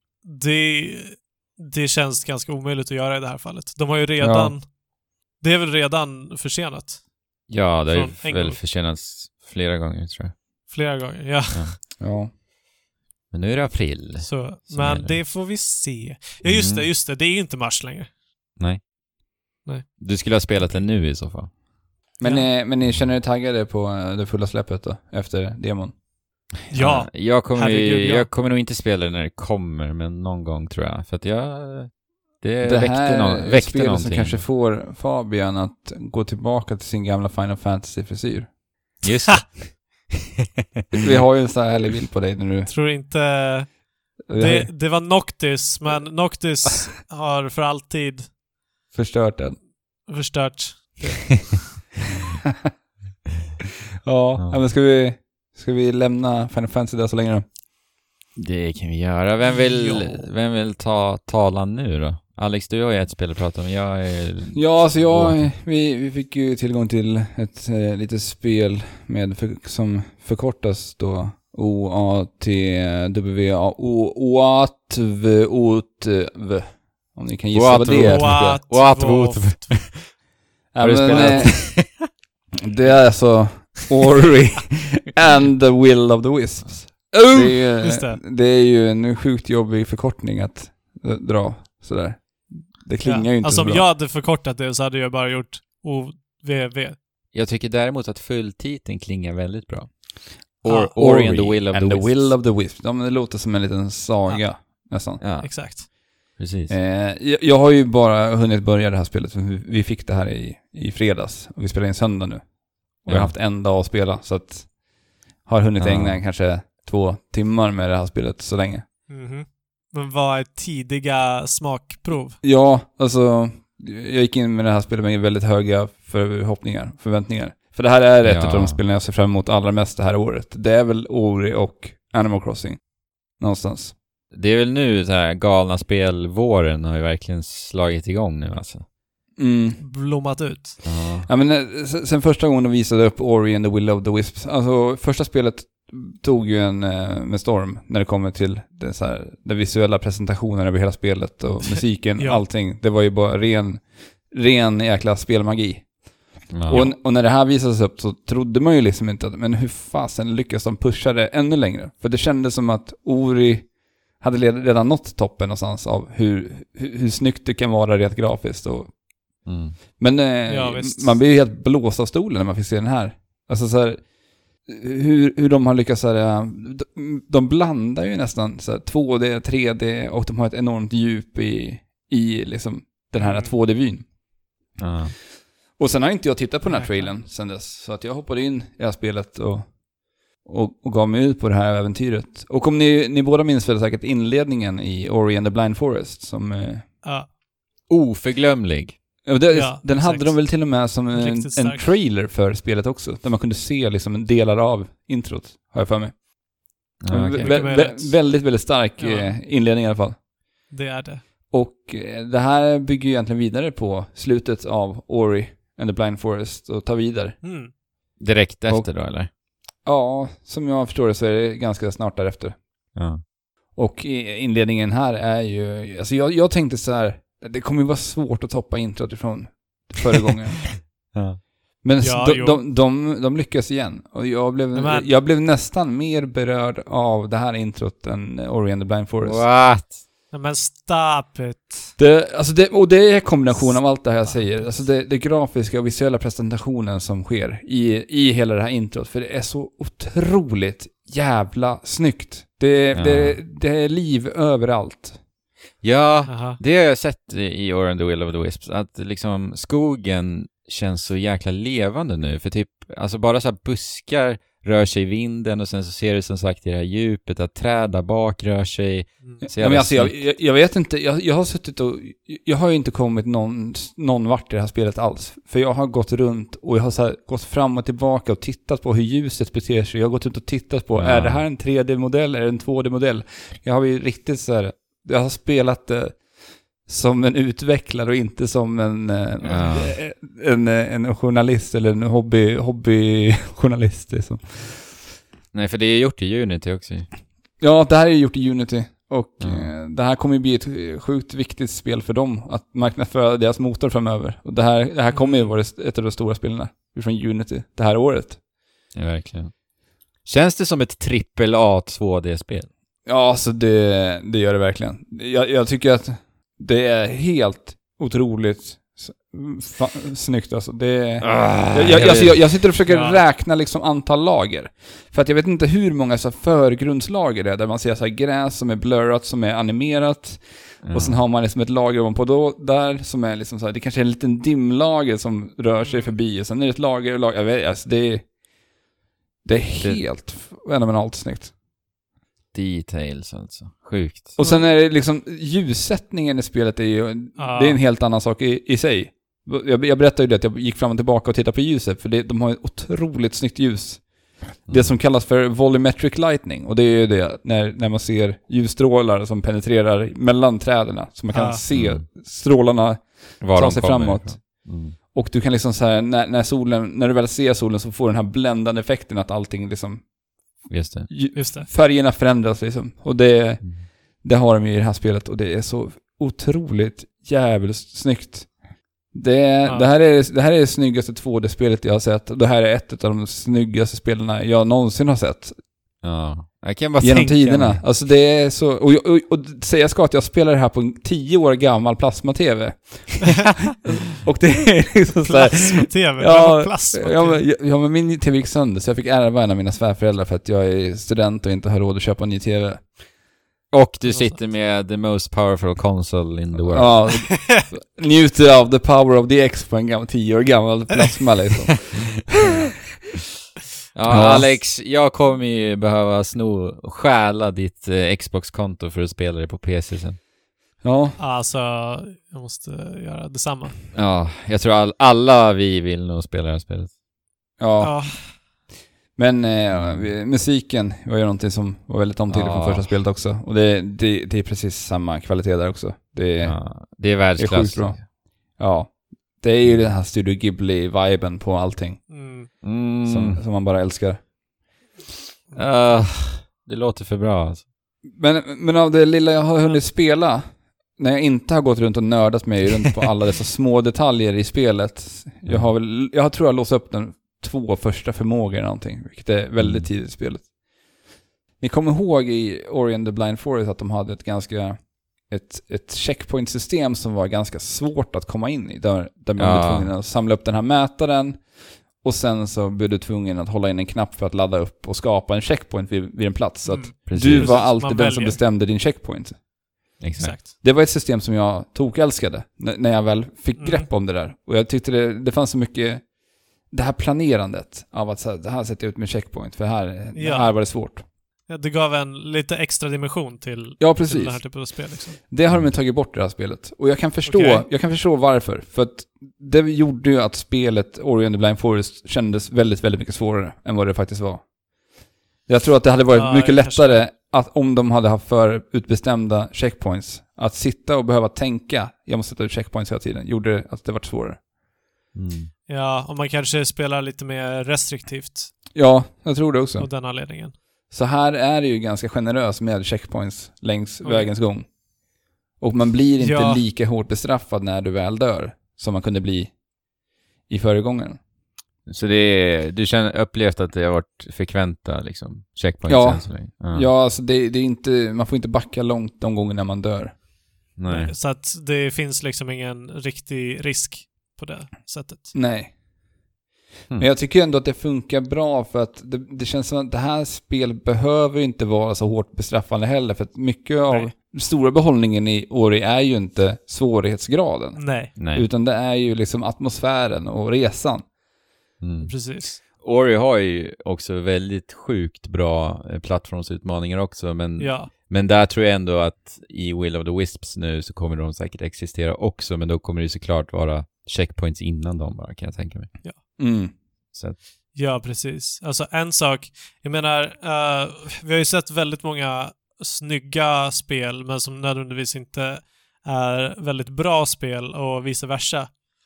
det känns ganska omöjligt att göra i det här fallet. De har ju redan... Det är väl redan försenat? Ja, det är väl försenats flera gånger, tror jag. Flera gånger, ja. Men nu är det april. Så, men det får vi se. Ja, just det. Det är ju inte mars längre. Nej. Du skulle ha spelat den nu i så fall. Men ni känner er taggade på det fulla släppet då, efter demon? Ja. Jag kommer nog inte spela det när det kommer, men någon gång tror jag. För att det väckte någonting. Spelet som kanske får Fabian att gå tillbaka till sin gamla Final Fantasy-frisyr. Just det. Vi har ju en sån här härlig bild på dig när du... Tror inte... Det var Noctis, men Noctis har för alltid... Förstört den. Förstört. Ja, men ska vi lämna Final Fantasy där så länge då? Det kan vi göra. Vem vill ta talan nu då? Alex, du har ju ett spel att prata om. Vi fick ju tillgång till ett litet spel som förkortas då OATW. Om ni kan gissa vad det är. Har du spelat? Det är alltså Ori and the Will of the Wisps. Det är ju en sjukt jobbig förkortning att dra sådär. Det klingar ju inte så bra. Om jag hade förkortat det så hade jag bara gjort OVV. Jag tycker däremot att fulltiteln klingar väldigt bra. Ori and the Will of the Wisps. Ja, men det låter som en liten saga nästan. Ja, exakt. Precis. Jag har ju bara hunnit börja det här spelet. Vi fick det här i fredags. Och vi spelar in söndag nu. Och jag har haft en dag att spela. Så att har hunnit ägna kanske 2 timmar med det här spelet så länge. Men vad är tidiga smakprov? Ja, alltså jag gick in med det här spelet med väldigt höga förväntningar. För det här är ett av de spelen jag ser fram emot allra mest det här året. Det är väl Ori och Animal Crossing. Någonstans. Det är väl nu så här galna spelvåren har ju verkligen slagit igång nu alltså. Blommat ut. Ja, men sen första gången de visade upp Ori and the Will of the Wisps. Alltså första spelet tog ju en med storm när det kommer till den visuella presentationen över hela spelet och musiken, allting. Det var ju bara ren jäkla spelmagi. Och när det här visades upp så trodde man ju liksom inte att, men hur fasen lyckas de pusha det ännu längre? För det kändes som att Ori hade redan nått toppen någonstans av hur snyggt det kan vara rent grafiskt. Men man blir ju helt blåst av stolen när man fick se den här. Alltså så här, hur de har lyckats så här, de blandar ju nästan så här 2D, 3D och de har ett enormt djup i liksom den här 2D-vyn. Och sen har inte jag tittat på den här trailern sen dess, så att jag hoppade in i det här spelet och gav mig ut på det här äventyret. Och om ni båda minns väl säkert inledningen i Ori and the Blind Forest som oförglömlig. Den hade de väl till och med som en trailer för spelet också, där man kunde se liksom delar av introt, har jag för mig. Väldigt, väldigt stark inledning i alla fall. Det är det. Och det här bygger ju egentligen vidare på slutet av Ori and the Blind Forest och tar vidare. Direkt efter då, eller? Ja, som jag förstår det så är det ganska snart därefter. Ja. Och inledningen här är ju... Alltså jag tänkte så här, det kommer ju vara svårt att toppa introt ifrån förra gången. Men de lyckas igen. Och jag blev nästan mer berörd av det här introt än Ori and the Blind Forest. What? Men stop it. Det är kombination av allt det här jag säger. Alltså det grafiska och visuella presentationen som sker i hela det här introt. För det är så otroligt jävla snyggt. Det är liv överallt. Ja, det har jag sett i Ori and the Will of the Wisps. Att liksom skogen känns så jäkla levande nu. För typ, alltså bara så här buskar rör sig i vinden och sen så ser du som sagt i det här djupet att träd där bak rör sig. Men alltså, jag vet inte, jag har suttit och jag har ju inte kommit någon vart i det här spelet alls. För jag har gått runt och jag har så här gått fram och tillbaka och tittat på hur ljuset beter sig. Jag har gått ut och tittat på, är det här en 3D-modell, är det en 2D-modell? Jag har ju riktigt så här, jag har spelat det som en utvecklare och inte som en journalist eller en hobbyjournalist liksom. Nej, för det är gjort i Unity också. Ja, det här är gjort i Unity och det här kommer ju bli ett sjukt viktigt spel för dem att marknadsföra deras motor framöver. Och det här kommer ju vara ett av de stora spelen från Unity det här året. Ja, verkligen. Känns det som ett AAA 2D-spel? Ja, så det gör det verkligen. Jag tycker att det är helt otroligt snyggt alltså. Jag sitter och försöker räkna liksom antal lager. För att jag vet inte hur många så förgrundslager det är där man ser så här gräs som är blurrat, som är animerat. Och sen har man liksom ett lager ovanpå där som är liksom så här, det kanske är en liten dimlager som rör sig förbi och sen är det ett lager. Jag vet, alltså det är helt fenomenalt snyggt. Details alltså. Sjukt. Och sen är det liksom ljussättningen i spelet är ju det är en helt annan sak i sig. Jag berättade ju det att jag gick fram och tillbaka och tittade på ljuset för de har ett otroligt snyggt ljus. Det som kallas för volumetric lightning, och det är ju det när man ser ljusstrålar som penetrerar mellan träden så man kan se strålarna ta sig framåt. Och du kan liksom så här när du väl ser solen så får du den här bländande effekten att allting liksom Just det. Färgerna förändras liksom. Och det har de ju i det här spelet. Och det är så otroligt jävligt snyggt. Det här är det snyggaste 2D-spelet jag har sett. Och det här är ett av de snyggaste spelarna jag någonsin har sett. Ja. Jag kan bara genom tiderna. Alltså det är så... Och säga ska att jag spelar det här på en 10 år gammal plasma-tv. Och det är liksom så här... Plasma-tv? Ja, men min tv gick sönder så jag fick ärva en av mina svärföräldrar för att jag är student och inte har råd att köpa en ny tv. Och du sitter med the most powerful console in the world. Ja, njuter av the power of the X på en 10 år gammal plasma liksom. Ja, Alex, jag kommer ju behöva stjäla ditt Xbox-konto för att spela det på PC sen. Ja. Alltså, jag måste göra detsamma. Ja, jag tror alla vi vill nog spela det här spelet. Ja. Men musiken var ju någonting som var väldigt omtydligt från första spelet också. Och det är precis samma kvalitet där också. Det är världsklass. Det är sjukt bra. Ja. Det är ju den här Studio Ghibli-viben på allting. Som man bara älskar. Det låter för bra alltså. Men av det lilla jag har hunnit spela, när jag inte har gått runt och nördat mig runt på alla dessa små detaljer i spelet. Jag tror jag låst upp den 2 första förmågor eller någonting, vilket är väldigt tidigt i spelet. Ni kommer ihåg i Ori and the Blind Forest att de hade ett checkpoint-system som var ganska svårt att komma in i. Där man blev tvungen att samla upp den här mätaren och sen så blev du tvungen att hålla in en knapp för att ladda upp och skapa en checkpoint vid en plats. Så att du var alltid den som bestämde din checkpoint. Exakt. Det var ett system som jag älskade när jag väl fick grepp om det där. Och jag tyckte det fanns så mycket det här planerandet av att så här, det här sätter jag ut med checkpoint för här var det svårt. Ja, det gav en lite extra dimension till den här typen av spel. Liksom. Det har de tagit bort i det här spelet. Och jag kan förstå varför. För att det gjorde ju att spelet Ori and the Blind Forest kändes väldigt, väldigt mycket svårare än vad det faktiskt var. Jag tror att det hade varit mycket lättare att om de hade haft för utbestämda checkpoints. Att sitta och behöva tänka, jag måste sätta ut checkpoints hela tiden, gjorde att det var svårare. Ja, och man kanske spelar lite mer restriktivt. Ja, jag tror det också. Av den anledningen. Så här är det ju ganska generös med checkpoints längs vägens gång. Och man blir inte lika hårt bestraffad när du väl dör som man kunde bli i föregångaren. Så du upplevt att det har varit frekventa liksom, checkpoints? Ja, alltså det är inte, man får inte backa långt de gånger när man dör. Nej. Så att det finns liksom ingen riktig risk på det sättet. Nej. Men jag tycker ändå att det funkar bra för att det känns som att det här spel behöver inte vara så hårt bestraffande heller, för att mycket av stora behållningen i Ori är ju inte svårighetsgraden. Nej. Utan det är ju liksom atmosfären och resan. Precis. Ori har ju också väldigt sjukt bra plattformsutmaningar också, men där tror jag ändå att i Will of the Wisps nu så kommer de säkert existera också, men då kommer det såklart vara checkpoints innan dem bara, kan jag tänka mig. Ja. Så. Ja, precis. Alltså en sak, jag menar, vi har ju sett väldigt många snygga spel, men som nödvändigtvis inte är väldigt bra spel och vice versa.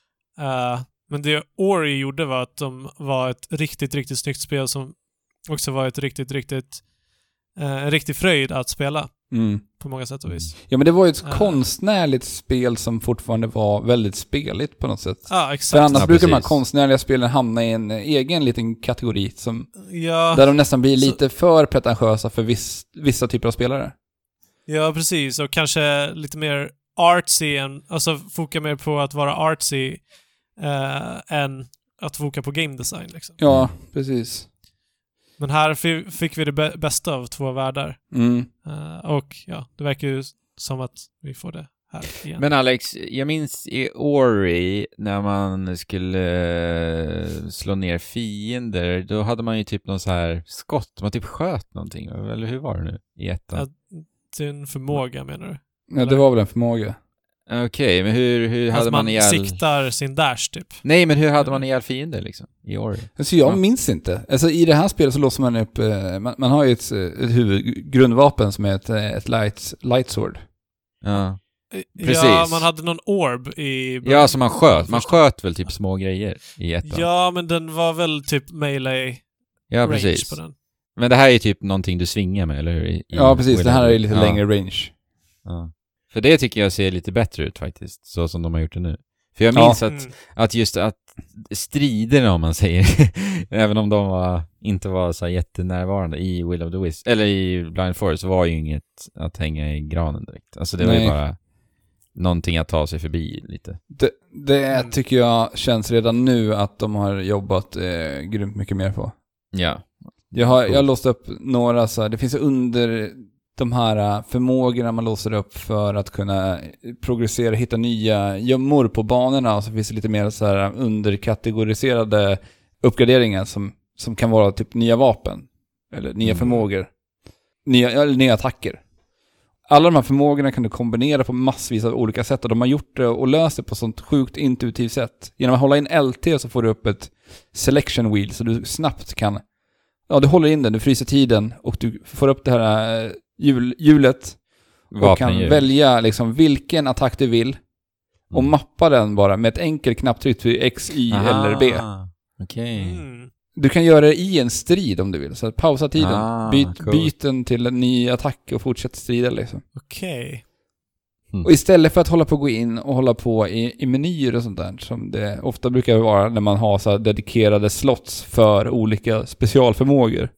Men det Ori gjorde var att de var ett riktigt, riktigt snyggt spel som också var ett en riktig fröjd att spela. På många sätt och vis. Ja, men det var ju ett konstnärligt spel som fortfarande var väldigt speligt på något sätt. Ja, exakt. För annars brukar de här konstnärliga spelen hamna i en egen liten kategori som där de nästan blir lite för pretentiösa för vissa typer av spelare. Ja, precis. Och kanske lite mer artsy, alltså foka mer på att vara artsy än att foka på game design. Liksom. Ja, precis. Men här fick vi det bästa av två världar. Och ja, det verkar ju som att vi får det här igen. Men Alex, jag minns i Ori när man skulle slå ner fiender, då hade man ju typ någon så här skott, man typ sköt någonting, eller hur var det nu i ettan? Det är en förmåga, menar du? Ja, det var väl en förmåga. Okej, men hur hade man ihjäl... siktar sin dash typ. Nej, men hur hade man ihjäl fiender liksom i Ori? Alltså jag minns inte. Alltså i det här spelet så låser man upp... Man har ju ett grundvapen som är ett light sword. Ja, precis. Ja, man hade någon orb i... Ja, så man sköt. Man sköt väl typ små grejer i ettan. Ja, men den var väl typ melee range precis. på den. Men det här är typ någonting du svingar med, eller hur? Ja, precis. Det här är lite längre range. Ja. För det tycker jag ser lite bättre ut faktiskt, så som de har gjort det nu. För jag minns att just att striderna, om man säger, även om de inte var så jättenärvarande i Will of the Wisps, eller i Blind Forest, var ju inget att hänga i granen direkt. Alltså det var ju bara någonting att ta sig förbi lite. Det tycker jag känns redan nu att de har jobbat grymt mycket mer på. Ja. Jag har låst upp några så här, det finns under de här förmågorna man låser upp för att kunna progressera, hitta nya gömmor på banorna, och så finns det lite mer så här underkategoriserade uppgraderingar som kan vara typ nya vapen eller nya förmågor, nya attacker. Alla de här förmågorna kan du kombinera på massvis av olika sätt, och de har gjort det och löst det på sånt sjukt intuitivt sätt. Genom att hålla in LT så får du upp ett selection wheel så du snabbt kan, du håller in den, du fryser tiden och du får upp det här hjulet och kan välja liksom vilken attack du vill och mappa den bara med ett enkelt knapptryck till X, Y eller B. Okej. Du kan göra det i en strid om du vill. Så pausa tiden, byt den till en ny attack och fortsätt strida liksom. Okej. Och istället för att hålla på att gå in och hålla på i menyer och sånt där, som det ofta brukar vara när man har så här dedikerade slots för olika specialförmågor,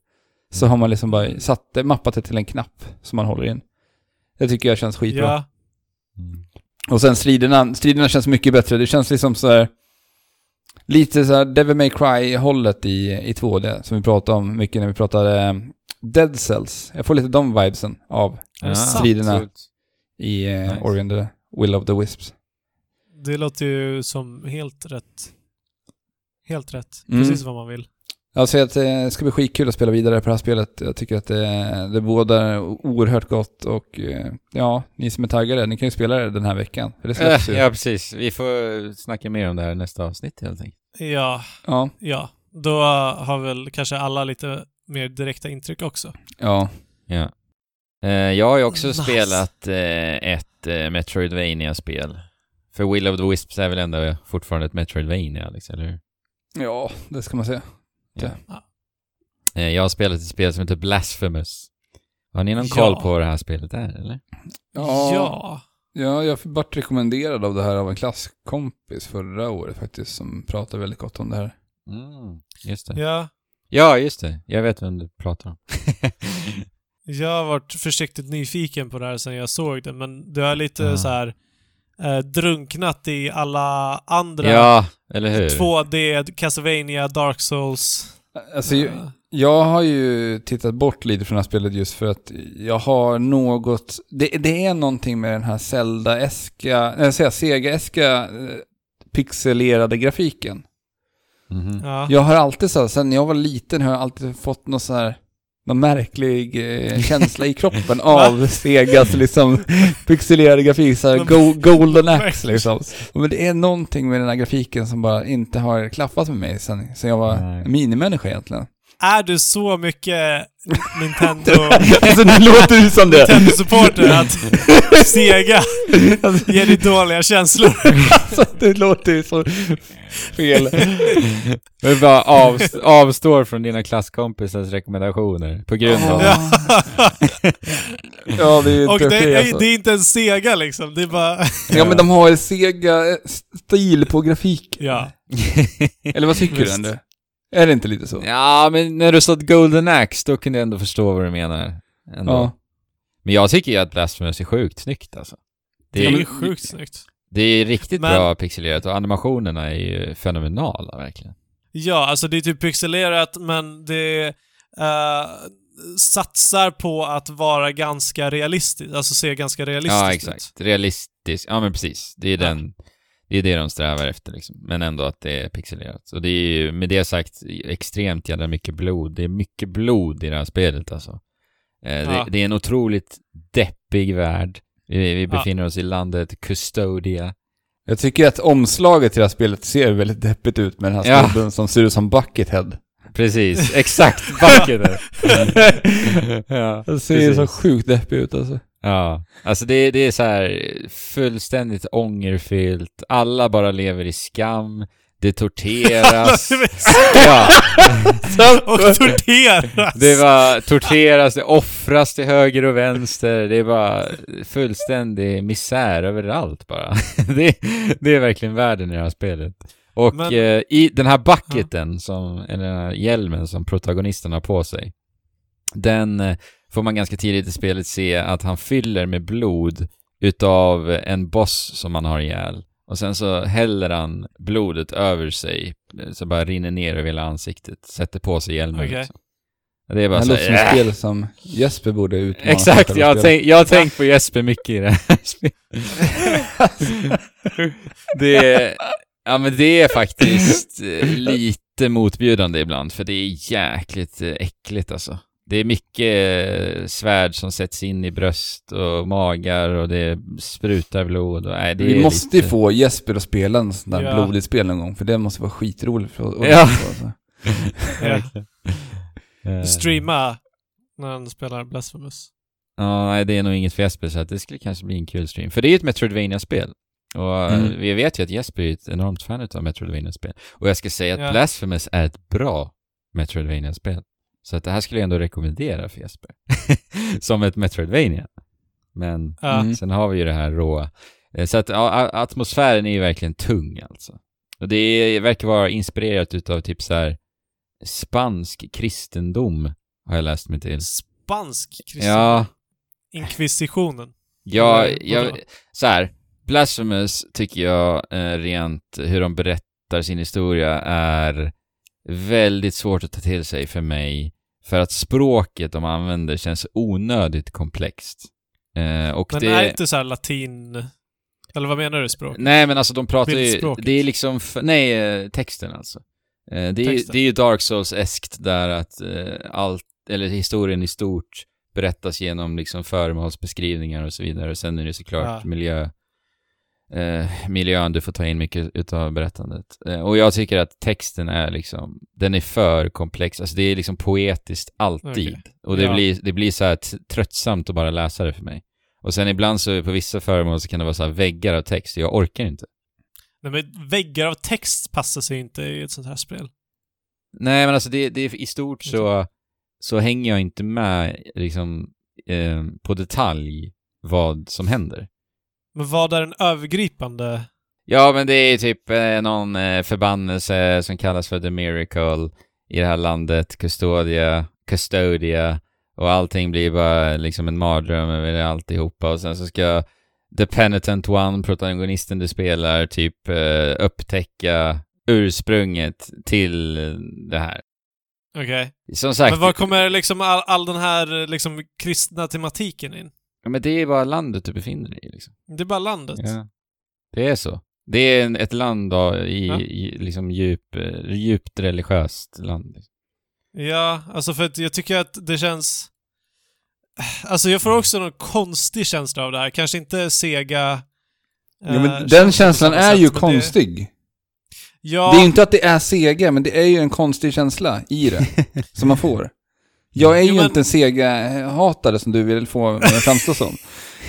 så har man liksom bara mappat det till en knapp som man håller in. Det tycker jag känns skitbra. Ja. Och sen striderna känns mycket bättre. Det känns liksom så här lite så här Devil May Cry-hållet i 2D som vi pratade om mycket när vi pratade Dead Cells. Jag får lite de vibesen av striderna i Ori and the Will of the Wisps. Det låter ju som helt rätt. Helt rätt. Precis vad man vill. Jag säger att det ska bli skitkul att spela vidare på det här spelet. Jag tycker att det bådar oerhört gott och ja, ni som är taggade, ni kan ju spela det den här veckan. För det släpps ju. Ja, precis. Vi får snacka mer om det här nästa avsnitt helt enkelt. Ja. Då har väl kanske alla lite mer direkta intryck också. Ja. Jag har ju också spelat ett Metroidvania-spel. För Will of the Wisps är väl ändå fortfarande ett Metroidvania, liksom, eller hur? Ja, det ska man säga. Ja. Jag har spelat ett spel som heter Blasphemous. Har ni någon koll på det här spelet där, eller? Ja, jag fick bara rekommenderad av det här av en klasskompis förra året faktiskt, som pratade väldigt gott om det här. Just det. Ja, just det. Jag vet vem du pratar om. Jag har varit försiktigt nyfiken på det här sedan jag såg det, men det är lite så här drunknat i alla andra eller hur? 2D, Castlevania, Dark Souls. Alltså, jag har ju tittat bort lite från det här spelet just för att jag har något... Det är någonting med den här Sega-eska pixelerade grafiken. Mm-hmm. Ja. Jag har alltid så här, sen jag var liten har jag alltid fått någon så här någon märklig känsla i kroppen av Segas liksom pixelerade grafik, så här Golden Axe liksom. Men det är någonting med den här grafiken som bara inte har klaffat med mig sen jag var en minimänniska egentligen. Är du så mycket Nintendo alltså nu låter du som det. Nintendo-supporter att Sega ger dig dåliga känslor? Alltså, det låter ju så fel. Du bara avstår från dina klasskompisars rekommendationer på grund av ja, det är inte och okej, alltså. Det är inte en Sega liksom, det är bara ja, men de har en Sega-stil på grafik. Ja. Eller vad tycker du ändå? Är det inte lite så? Ja, men när du sa Golden Axe, då kan du ändå förstå vad du menar. Ändå. Ja. Men jag tycker ju att Blasphemous är sjukt snyggt, alltså. Det är sjukt snyggt. Det är riktigt bra pixelerat och animationerna är ju fenomenala, verkligen. Ja, alltså det är typ pixelerat, men det satsar på att vara ganska realistiskt. Alltså se ganska realistiskt ut. Ja, exakt. Realistiskt. Ja, men precis. Det är det är det de strävar efter liksom. Men ändå att det är pixelerat. Och det är ju, med det sagt, extremt jävla mycket blod. Det är mycket blod i det här spelet alltså. Det är en otroligt deppig värld. Vi befinner oss i landet Custodia. Jag tycker att omslaget till det här spelet ser väldigt deppigt ut med den här snubben som ser ut som Buckethead. Precis, exakt, Buckethead. Det ser så sjukt deppigt ut alltså. Ja, alltså det är så här fullständigt ångerfyllt. Alla bara lever i skam. Det torteras. Och torteras. Det offras till höger och vänster. Det är bara fullständig misär överallt bara. Det är verkligen världen i det här spelet. Och i den här bucketen eller den här hjälmen som protagonisten har på sig, den får man ganska tidigt i spelet se att han fyller med blod utav en boss som han har ihjäl. Och sen så häller han blodet över sig, så bara rinner ner över hela ansiktet, sätter på sig hjälmen. Okay. Liksom. Det är bara det låter som ett spel som Jesper borde utmana. Exakt, jag har tänkt på Jesper mycket i det här spelet. Det är faktiskt lite motbjudande ibland, för det är jäkligt äckligt alltså. Det är mycket svärd som sätts in i bröst och magar och det sprutar blod. Och, vi måste ju få Jesper att spela en sån där blodigt spel någon gång, för det måste vara skitroligt för att alltså. Streama när han spelar Blasphemous. Ja, nej, det är nog inget för Jesper, så att det skulle kanske bli en kul stream. För det är ju ett Metroidvania-spel. Och vi vet ju att Jesper är ett enormt fan av Metroidvania-spel. Och jag ska säga att Blasphemous är ett bra Metroidvania-spel. Så att det här skulle jag ändå rekommendera för Jesper. Som ett Metroidvania. Men sen har vi ju det här råa. Så att atmosfären är ju verkligen tung alltså. Och det verkar vara inspirerat utav typ så här spansk kristendom. har jag läst mig till. Spansk kristen? Ja. Inkvisitionen? Ja, så här. Blasphemous tycker jag rent hur de berättar sin historia är väldigt svårt att ta till sig för mig. För att språket de använder känns onödigt komplext. Och men det är inte så här latin... Eller vad menar du språk? Nej, men alltså de pratar ju... Det är liksom... texten alltså. Det är ju Dark Souls-eskt där att allt, eller historien i stort berättas genom liksom föremålsbeskrivningar och så vidare. Och sen är det såklart miljön du får ta in mycket utav berättandet. Och jag tycker att texten är liksom... Den är för komplex. Alltså det är liksom poetiskt alltid. Okay. Och det blir så här tröttsamt att bara läsa det för mig. Och sen ibland så på vissa föremål så kan det vara så här väggar av text. Jag orkar inte. Nej, men väggar av text passar sig inte i ett sånt här spel. Nej, men alltså det är i stort så hänger jag inte med liksom på detalj vad som händer. Men vad är en övergripande? Ja, men det är typ någon förbannelse som kallas för The Miracle i det här landet, Custodia. Och allting blir bara liksom en mardröm över alltihopa. Och sen så ska The Penitent One, protagonisten du spelar, typ upptäcka ursprunget till det här. Okej. Som sagt... Men var kommer liksom all den här liksom kristna tematiken in? Ja, men det är bara landet du befinner dig i liksom. Det är bara landet? Ja. Det är så. Det är ett land då, i liksom djupt religiöst land. Liksom. Ja, alltså för att jag tycker att det känns... Alltså jag får också någon konstig känsla av det här. Kanske inte sega... Ja, men den känslan är ju konstig. Ja. Det är ju inte att det är sega, men det är ju en konstig känsla i det som man får. Jag är ju inte en sega-hatare som du vill få mig att framstå som.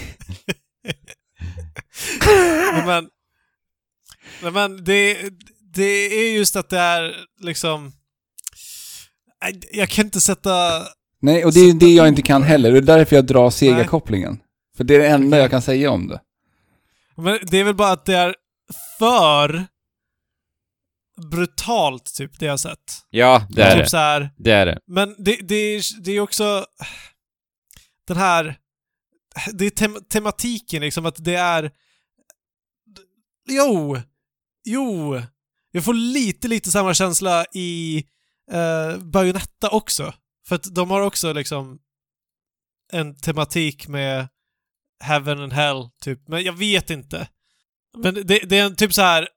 men det är just att det är liksom... Jag kan inte sätta... Nej, och det är det jag inte kan heller. Det är därför jag drar Sega-kopplingen. För det är det enda jag kan säga om det. Men det är väl bara att det är för brutalt, typ, det jag har sett. Ja, det är typ det. Så här, det är det. Men det är också den här... Det är tematiken, liksom, att det är... Jo! Jag får lite samma känsla i Bayonetta också. För att de har också liksom en tematik med Heaven and Hell, typ. Men jag vet inte. Men det är en typ så här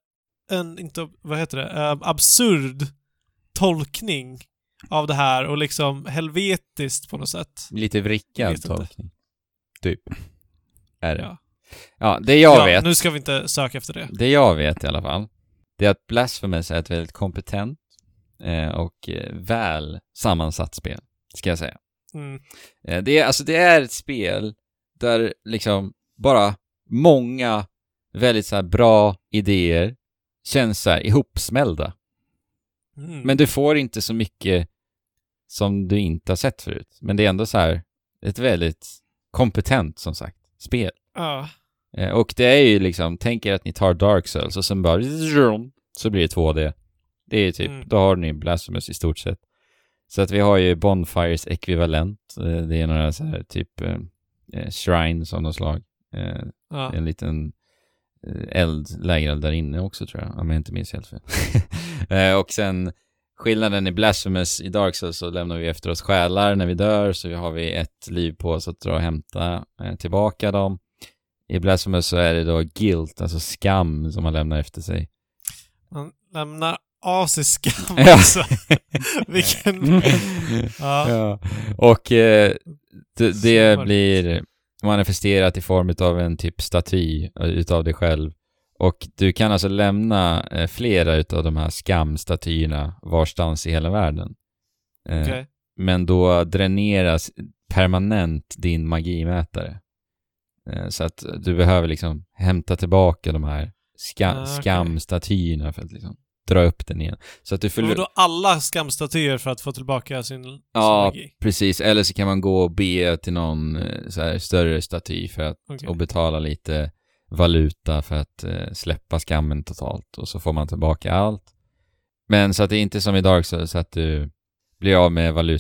absurd tolkning av det här och liksom helvetiskt på något sätt. Lite vrickad tolkning. Typ. Är det. Ja, det jag vet. Nu ska vi inte söka efter det. Det jag vet i alla fall, det är att Blasphemous är ett väldigt kompetent och väl sammansatt spel, ska jag säga. Det är ett spel där liksom bara många väldigt så här bra idéer känns så här ihopsmällda. Men du får inte så mycket som du inte har sett förut. Men det är ändå så här ett väldigt kompetent, som sagt, spel. Och det är ju liksom, tänk er att ni tar Dark Souls och sen bara så blir det 2D. Det är typ, då har ni Blasphemous i stort sett. Så att vi har ju Bonfires ekvivalent. Det är några så här typ shrines av något slag. En liten lägereld där inne också, tror jag. Om jag inte minns helt fel. Och sen skillnaden i Blasphemous i Dark Souls, så lämnar vi efter oss själar när vi dör. Så har vi ett liv på oss att dra och hämta tillbaka dem. I Blasphemous så är det då guilt, alltså skam, som man lämnar efter sig. Man lämnar av sig skam alltså. Vilken... Ja. Och det blir manifesterat i form av en typ staty utav dig själv. Och du kan alltså lämna flera utav de här skamstatyerna varstans i hela världen. Okay. Men då dräneras permanent din magimätare. Så att du behöver liksom hämta tillbaka de här skamstatyerna för att liksom dra upp den igen. Så att du förlorar då alla skamstatyer för att få tillbaka sin magi. Ja, precis. Eller så kan man gå och be till någon så här större staty för att och betala lite valuta för att släppa skammen totalt, och så får man tillbaka allt. Men så att det är inte som i Dark Souls, så att du blir av med valuta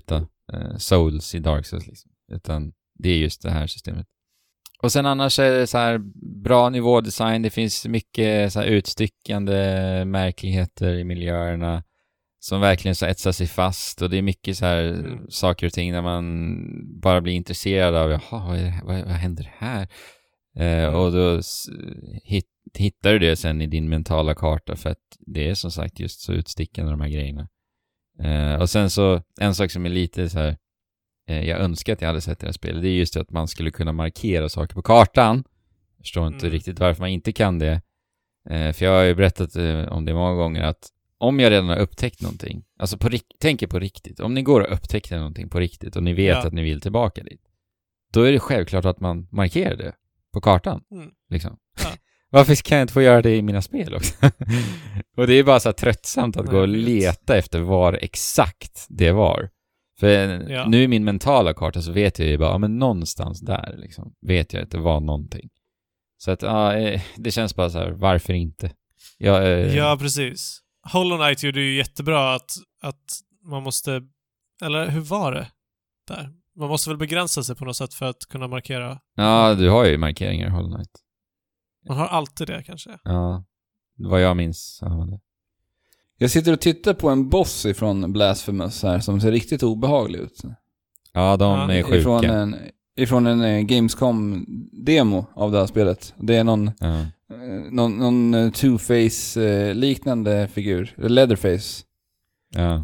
Souls i Dark Souls liksom. Utan det är just det här systemet. Och sen annars är det så här bra nivådesign. Det finns mycket så här utstyckande märkligheter i miljöerna som verkligen så etsar sig fast. Och det är mycket så här saker och ting där man bara blir intresserad av vad händer här? Och då hittar du det sen i din mentala karta för att det är som sagt just så utstickande de här grejerna. Och sen så en sak som är lite så här jag önskar att jag hade sett det här spelet, det är just att man skulle kunna markera saker på kartan. Jag förstår inte riktigt varför man inte kan det. För jag har ju berättat om det många gånger att om jag redan har upptäckt någonting, alltså tänker på riktigt, om ni går och upptäcker någonting på riktigt och ni vet att ni vill tillbaka dit, då är det självklart att man markerar det på kartan. Liksom. Ja. Varför kan jag inte få göra det i mina spel också? Och det är bara så här tröttsamt att gå och leta efter var exakt det var. För nu i min mentala karta så vet jag ju bara, men någonstans där liksom, vet jag att det var någonting. Så att det känns bara så här, varför inte? Ja, precis. Hollow Knight gjorde ju jättebra att man måste, eller hur var det där? Man måste väl begränsa sig på något sätt för att kunna markera. Ja, du har ju markeringar i Hollow Knight. Man har alltid det kanske. Ja, vad jag minns. Ja, jag sitter och tittar på en boss ifrån Blasphemous här som ser riktigt obehaglig ut. Ja, de är sjuka. Ifrån en Gamescom-demo av det här spelet. Det är någon Two-Face liknande figur. Leatherface. Ja.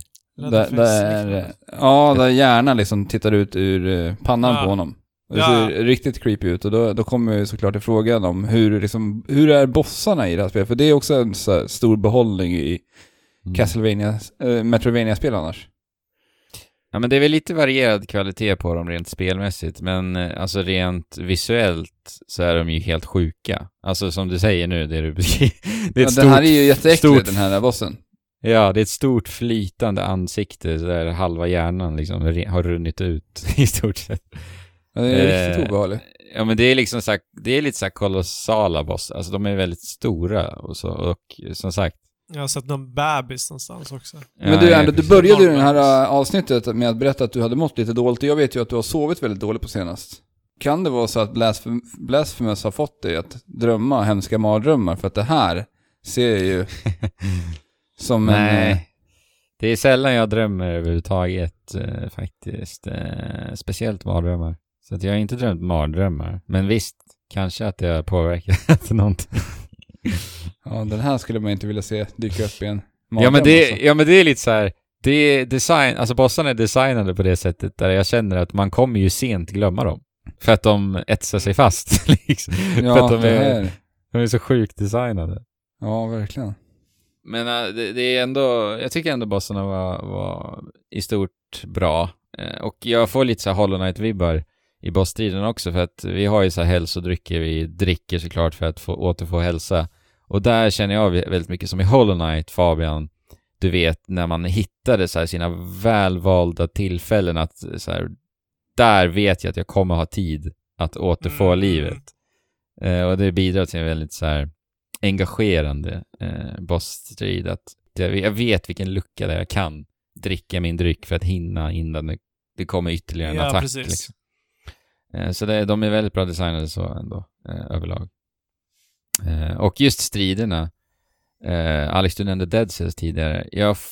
Där hjärnan liksom tittar ut ur pannan på honom. Det ser riktigt creepy ut. Och då kommer ju såklart i frågan om hur är bossarna i det här spelet. För det är också en så stor behållning i Castlevania, Metroidvania-spel annars. Ja, men det är väl lite varierad kvalitet på dem rent spelmässigt. Men alltså rent visuellt så är de ju helt sjuka. Alltså som du säger nu, det är den här är ju jätteäcklig, den här bossen. Ja, det är ett stort flytande ansikte så där halva hjärnan liksom har runnit ut i stort sett. Ja, det är riktigt obehagligt. Ja, men det är liksom så här, det är lite så här kolossala boss. Alltså de är väldigt stora och så, och som sagt. Jag har sett någon bebis någonstans också. Men du började ju det här avsnittet med att berätta att du hade mått lite dåligt. Och jag vet ju att du har sovit väldigt dåligt på senast. Kan det vara så att Blasphemous har fått dig att drömma hemska mardrömmar? För att det här ser ju som Nej. Det är sällan jag drömmer överhuvudtaget faktiskt. Speciellt mardrömmar. Så att jag har inte drömt mardrömmar. Men visst, kanske att det har påverkat någonting. Ja, den här skulle man inte vilja se dyka upp i en ja, men det är lite så här. Det är design, alltså bossarna är designade på det sättet där jag känner att man kommer ju sent glömma dem. För att de etsar sig fast. Liksom. Ja, för att de är så sjukt designade. Ja, verkligen. Men det är ändå, jag tycker ändå bossarna var i stort bra. Och jag får lite så här Hollow Knight-vibbar i bossstriden också, för att vi har ju så här hälsodrycker, vi dricker såklart för att återfå hälsa. Och där känner jag väldigt mycket som i Hollow Knight, Fabian. Du vet, när man hittade så här sina välvalda tillfällen att så här, där vet jag att jag kommer ha tid att återfå livet. Och det bidrar till en väldigt så här engagerande bossstrid. Att jag vet vilken lucka där jag kan dricka min dryck för att hinna innan det kommer ytterligare en attack. Liksom. Så de är väldigt bra designade så ändå överlag. Och just striderna, Alex, du nämnde Dead Cells tidigare.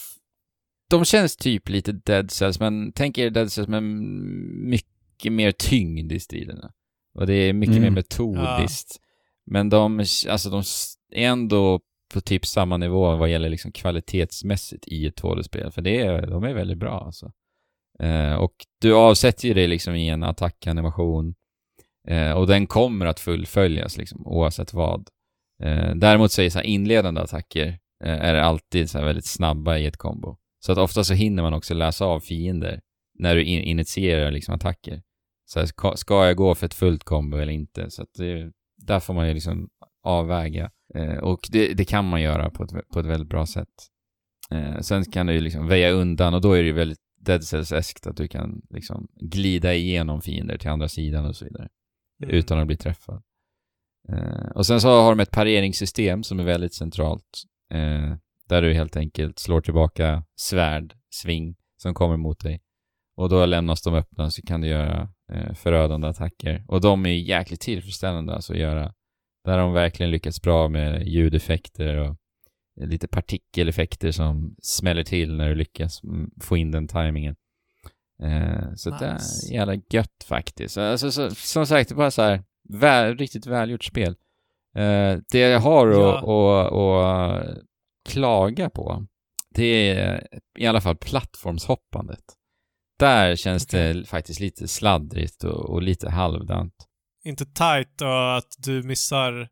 De känns typ lite Dead Cells, men tänk er Dead Cells med mycket mer tyngd i striderna. Och det är mycket mer metodiskt. Men de är ändå på typ samma nivå vad gäller liksom kvalitetsmässigt i ett 2D-spel. För de är väldigt bra alltså. Och du avsätter ju det liksom i en attackanimation. Och den kommer att fullföljas liksom, oavsett vad. Däremot så är så här inledande attacker är alltid så här väldigt snabba i ett kombo. Så att ofta så hinner man också läsa av fiender när du initierar liksom attacker. Så här, ska jag gå för ett fullt kombo eller inte? Så att där får man ju liksom avväga. Och det kan man göra på ett väldigt bra sätt. Sen kan du ju liksom väja undan, och då är det ju väldigt Dead Cells-eskt att du kan liksom glida igenom fiender till andra sidan och så vidare. Utan att bli träffad. Och sen så har de ett pareringssystem som är väldigt centralt. Där du helt enkelt slår tillbaka svärd, sving som kommer mot dig. Och då lämnas de öppna så kan du göra förödande attacker. Och de är jäkligt tillfredsställande alltså att göra. Där har de verkligen lyckats bra med ljudeffekter och lite partikeleffekter som smäller till när du lyckas få in den timingen. Så nice. Det är jävla gött faktiskt. Alltså, som sagt, det är bara så här riktigt välgjort spel. Det jag har att klaga på, det är i alla fall plattformshoppandet. Där känns det faktiskt lite sladdrigt och lite halvdant. Inte tight och att du missar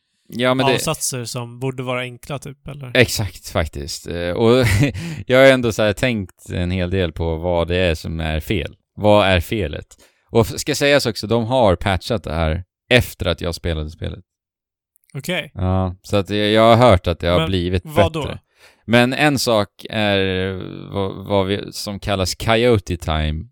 avsatser som borde vara enkla typ, eller? Exakt, faktiskt. Och jag har ändå så här tänkt en hel del på vad det är som är fel. Vad är felet? Och ska sägas också, de har patchat det här efter att jag spelade spelet. Okej. Ja, så att jag har hört att det har blivit bättre. Då? Men en sak är vad vi, som kallas Coyote Time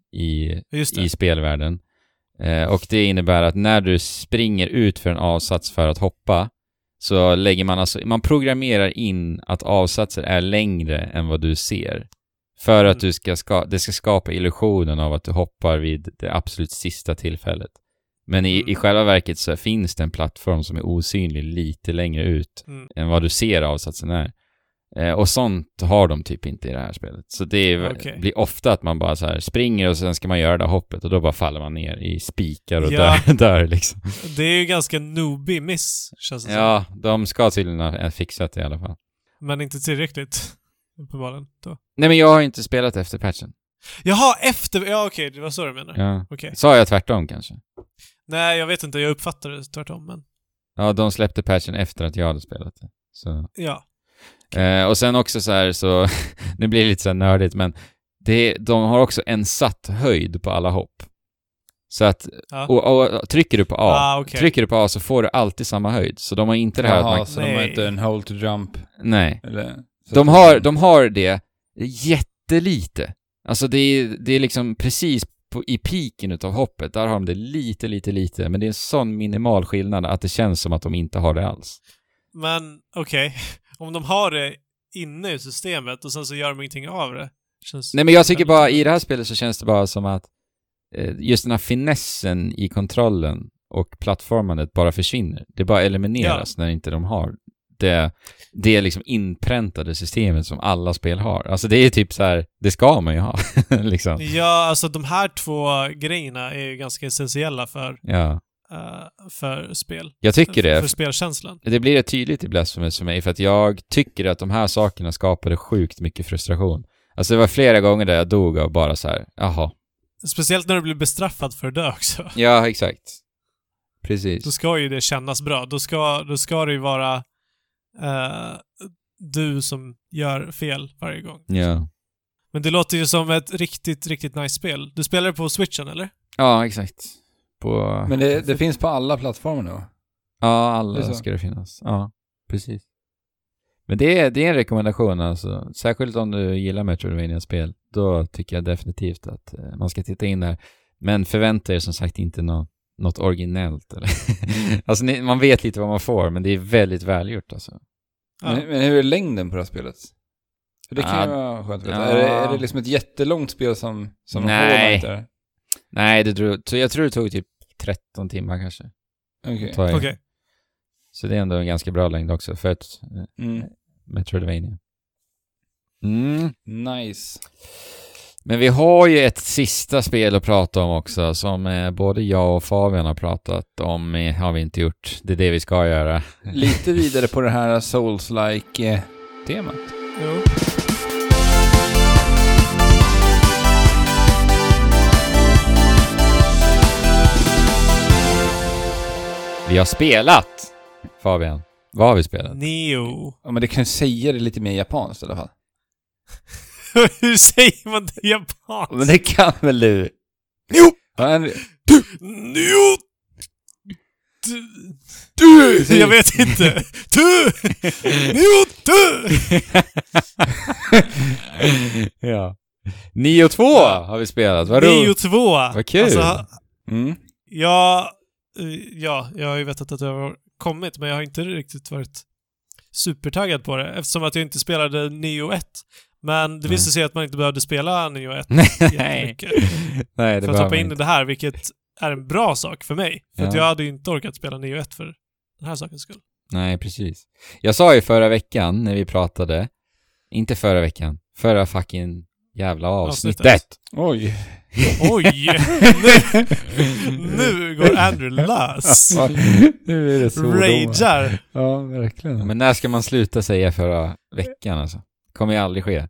i spelvärlden. Och det innebär att när du springer ut för en avsats för att hoppa så lägger man programmerar in att avsatser är längre än vad du ser. För att det ska skapa illusionen av att du hoppar vid det absolut sista tillfället. Men i själva verket så finns det en plattform som är osynlig lite längre ut än vad du ser avsatsen är. Och sånt har de typ inte i det här spelet. Så det blir ofta att man bara så här springer och sen ska man göra det hoppet och då bara faller man ner i spikar och dör liksom. Det är ju ganska noobig miss, känns det Ja, som. De ska tydligen ha fixat det i alla fall. Men inte tillräckligt uppenbarligen då. Nej, men jag har inte spelat efter patchen. Jaha, okej, det var så du menar. Ja. Okay. Sa jag tvärtom kanske? Nej, jag vet inte, jag uppfattade det tvärtom, men... Ja, de släppte patchen efter att jag hade spelat det. Så... Ja. Och sen också så här, så nu blir det lite så här nördigt, men de har också en satt höjd på alla hopp. Så att och trycker du på A, trycker du på A så får du alltid samma höjd. Så de har inte det här att man, så de har inte en hold to jump. Nej. Eller, de har det jättelite. Alltså det är liksom precis i piken utav hoppet, där har de det lite, men det är en sån minimal skillnad att det känns som att de inte har det alls. Men okej. Om de har det inne i systemet och sen så gör de ingenting av det. Nej, men jag tycker bara i det här spelet så känns det bara som att just den här finessen i kontrollen och plattformandet bara försvinner. Det bara elimineras när inte de har det liksom inpräntade systemet som alla spel har. Alltså det är typ så här, det ska man ju ha. liksom. Ja, alltså de här två grejerna är ju ganska essentiella för spel. Jag tycker det. För spelkänslan. Det blir rätt tydligt i Blasphemous för mig, för att jag tycker att de här sakerna skapade sjukt mycket frustration. Alltså det var flera gånger där jag dog av bara så här, jaha. Speciellt när du blir bestraffad för att dö också. Ja, exakt. Precis. Då ska ju det kännas bra. Då ska det ju vara du som gör fel varje gång. Ja. Men det låter ju som ett riktigt, riktigt nice spel. Du spelar det på Switchen, eller? Ja, exakt. Men det finns på alla plattformar då? Ja, alla ska det finnas. Ja, precis. Men det är en rekommendation alltså. Särskilt om du gillar Metroidvania-spel. Då tycker jag definitivt att man ska titta in där. Men förvänta er som sagt inte något originellt. Eller? Alltså man vet lite vad man får, men det är väldigt välgjort alltså. Ja. Men hur är längden på det här spelet? Det kan ju vara skönt att veta. Är det liksom ett jättelångt spel som Nej. Nej, jag tror det tog typ 13 timmar kanske. Okej. Så det är ändå en ganska bra längd också för ett Metroidvania. Nice. Men vi har ju ett sista spel att prata om också, som både jag och Fabian har pratat om, har vi inte gjort. Det är det vi ska göra. Lite vidare på det här Souls-like temat. Jo. Vi har spelat, Fabian. Vad har vi spelat? Neo. Ja, men det kan säga det lite mer japanskt i alla fall. Hur säger man det japanskt? Men det kan väl du? Neo! Neo! Du! Jag vet inte. Du! Neo! Du! Ja. Neo 2 har vi spelat. Neo 2. Vad kul. Alltså, ja, jag har ju vetat att det har kommit, men jag har inte riktigt varit supertaggad på det eftersom att jag inte spelade Neo 1. Men det visade sig att man inte behövde spela Neo 1 jättemycket. Nej, det för att hoppa in inte. i det här, vilket är en bra sak för mig. För att jag hade ju inte orkat spela Neo 1 för den här sakens skull. Nej, precis. Jag sa ju förra veckan när vi pratade, inte förra veckan, förra fucking jävla avsnittet. Oj. Nu går Andrew lös. Nu är det så ragear. Ja, verkligen. Men när ska man sluta säga förra veckan alltså? Kommer ju aldrig ske.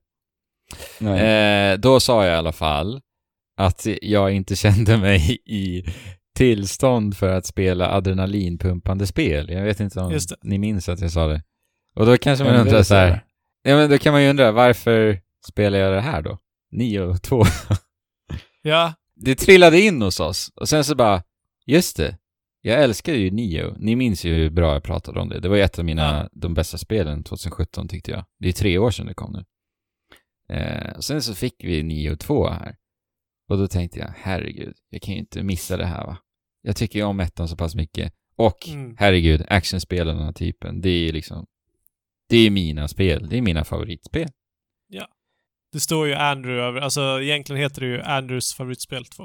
Nej. Då sa jag i alla fall att jag inte kände mig i tillstånd för att spela adrenalinpumpande spel. Jag vet inte om ni minns att jag sa det. Och då kanske man undrar så här. Ja, men då kan man ju undra, varför spelar jag det här då? 9-2. Ja. Det trillade in hos oss. Och sen så bara, just det. Jag älskar ju Neo. Ni minns ju hur bra jag pratade om det. Det var ju ett av de bästa spelen 2017 tyckte jag. Det är 3 år sedan det kom nu. Och sen så fick vi Neo 2 här. Och då tänkte jag, herregud, jag kan ju inte missa det här va. Jag tycker ju om ettan så pass mycket. Och herregud, actionspelen den här typen. Det är liksom, det är mina spel. Det är mina favoritspel. Ja. Det står ju Andrew över, alltså egentligen heter det ju Andrews favoritspel 2.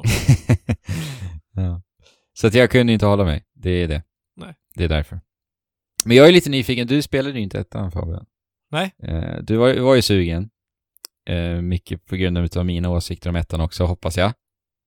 Ja. Så att jag kunde inte hålla mig. Det är det. Nej. Det är därför. Men jag är lite nyfiken. Du spelade ju inte ettan, Fabian. Nej. Du var ju sugen. Mycket på grund av mina åsikter om ettan också, hoppas jag.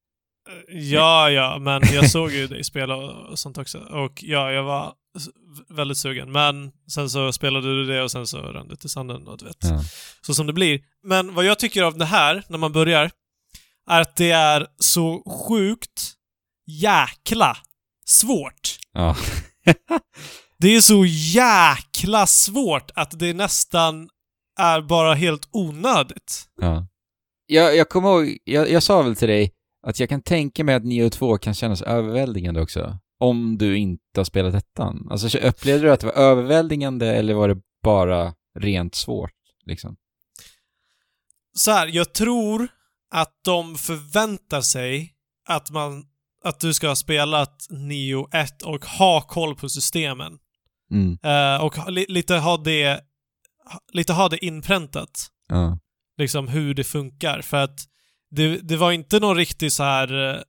Ja, men jag såg ju dig spela och sånt också. Och ja, jag var väldigt sugen. Men sen så spelade du det och sen så rann det till sanden och du vet. Ja. Så som det blir. Men vad jag tycker av det här, när man börjar, är att det är så sjukt jäkla svårt. Ja. Det är så jäkla svårt att det nästan är bara helt onödigt. Ja. Jag kommer ihåg, jag sa väl till dig att jag kan tänka mig att Neo 2 kan kännas överväldigande också. Om du inte har spelat ettan. Alltså upplevde du att det var överväldigande eller var det bara rent svårt liksom? Så här, jag tror att de förväntar sig att du ska ha spelat Neo 1 och ha koll på systemen. Och lite ha det inpräntat. Ja. Liksom hur det funkar. För att det var inte någon riktig så här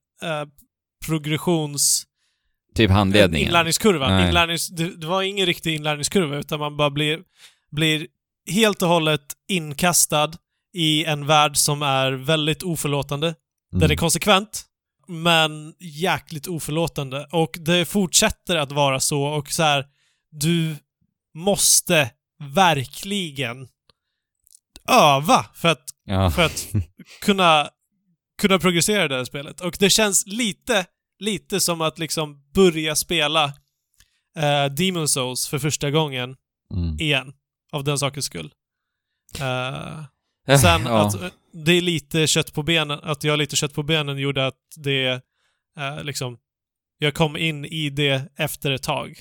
typ handledningen. Inlärningskurva. Det var ingen riktig inlärningskurva utan man bara blir helt och hållet inkastad i en värld som är väldigt oförlåtande. Den är konsekvent men jäkligt oförlåtande och det fortsätter att vara så och så här, du måste verkligen öva för att kunna progressera det här spelet. Och det känns lite som att liksom börja spela Demon's Souls för första gången igen, av den sakens skull. Sen att det är lite kött på benen, att jag har lite kött på benen gjorde att det liksom, jag kom in i det efter ett tag.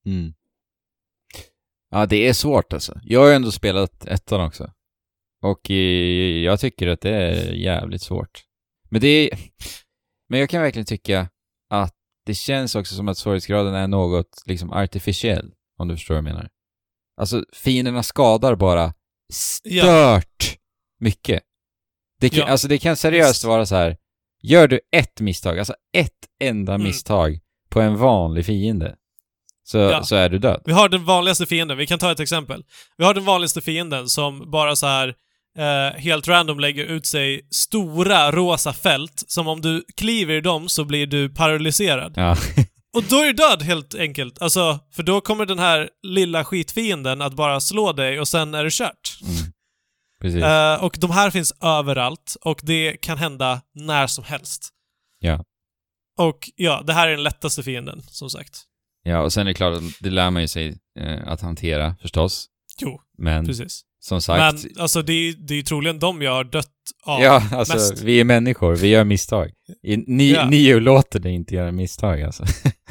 Ja, det är svårt alltså. Jag har ju ändå spelat ettan också. Och jag tycker att det är jävligt svårt. Men jag kan verkligen tycka att det känns också som att svårighetsgraden är något liksom artificiell, om du förstår vad jag menar. Alltså, fienderna skadar bara stört mycket. Alltså, det kan seriöst vara så här. Gör du ett misstag, alltså ett enda misstag på en vanlig fiende, så är du död. Vi har den vanligaste fienden, vi kan ta ett exempel. Vi har den vanligaste fienden som bara så här helt random lägger ut sig stora rosa fält som om du kliver i dem så blir du paralyserad. Ja. Och då är du död helt enkelt. Alltså, för då kommer den här lilla skitfienden att bara slå dig och sen är det kört. Precis. Och de här finns överallt och det kan hända när som helst. Ja. Och ja, det här är den lättaste fienden, som sagt. Ja, och sen är det klart att det lär man ju sig att hantera, förstås. Jo, men precis. Som sagt... Men alltså det är ju troligen de jag har dött av alltså mest. Vi är människor, vi gör misstag. Nio låter det inte göra misstag alltså.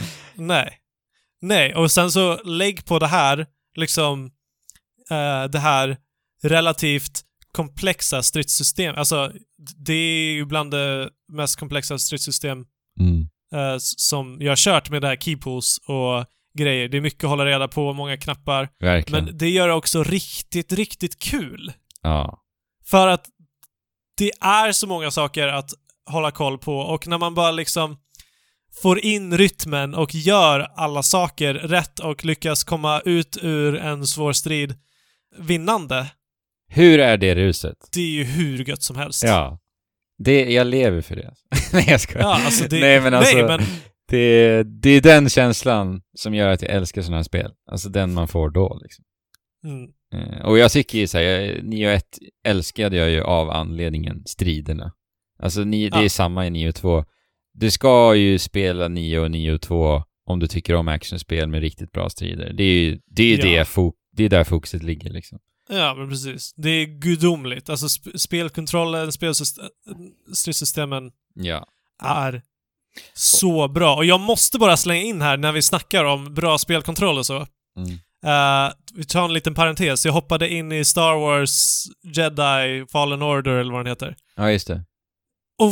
Nej, och sen så lägg på det här liksom det här relativt komplexa stridssystem. Alltså det är ju bland det mest komplexa stridssystem som jag har kört med det här keypools och grejer. Det är mycket att hålla reda på, många knappar. Verkligen. Men det gör det också riktigt, riktigt kul. Ja. För att det är så många saker att hålla koll på, och när man bara liksom får in rytmen och gör alla saker rätt och lyckas komma ut ur en svår strid vinnande. Hur är det ruset? Det är ju hur gött som helst. Ja. Jag lever för det. Nej, jag skojar. Ja, alltså det, nej, men alltså, nej, men det är den känslan som gör att jag älskar sådana här spel. Alltså den man får då liksom. Och jag tycker ju såhär, 9-1 älskade jag ju av anledningen striderna. Alltså det är samma i 9-2. Du ska ju spela 9 och 9-2 om du tycker om actionspel med riktigt bra strider. Det är det är där fokuset ligger liksom. Ja, men precis. Det är gudomligt. Alltså spelkontrollen, stridssystemen är så bra. Och jag måste bara slänga in här när vi snackar om bra spelkontroll och så. Vi tar en liten parentes. Jag hoppade in i Star Wars Jedi Fallen Order eller vad den heter. Ja, just det. Och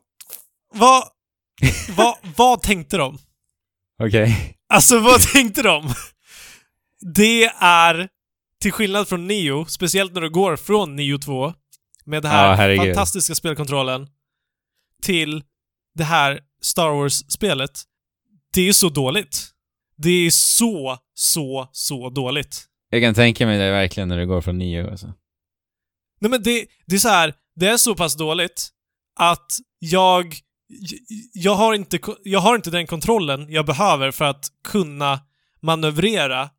vad tänkte de? Okej. Alltså, vad tänkte de? Det är, till skillnad från Neo, speciellt när du går från Neo 2 med det här fantastiska spelkontrollen till det här Star Wars-spelet. Det är så dåligt. Det är så dåligt. Jag kan tänka mig det verkligen när du går från Neo alltså. Nej, men det är så här, det är så pass dåligt att jag har inte den kontrollen jag behöver för att kunna manövrera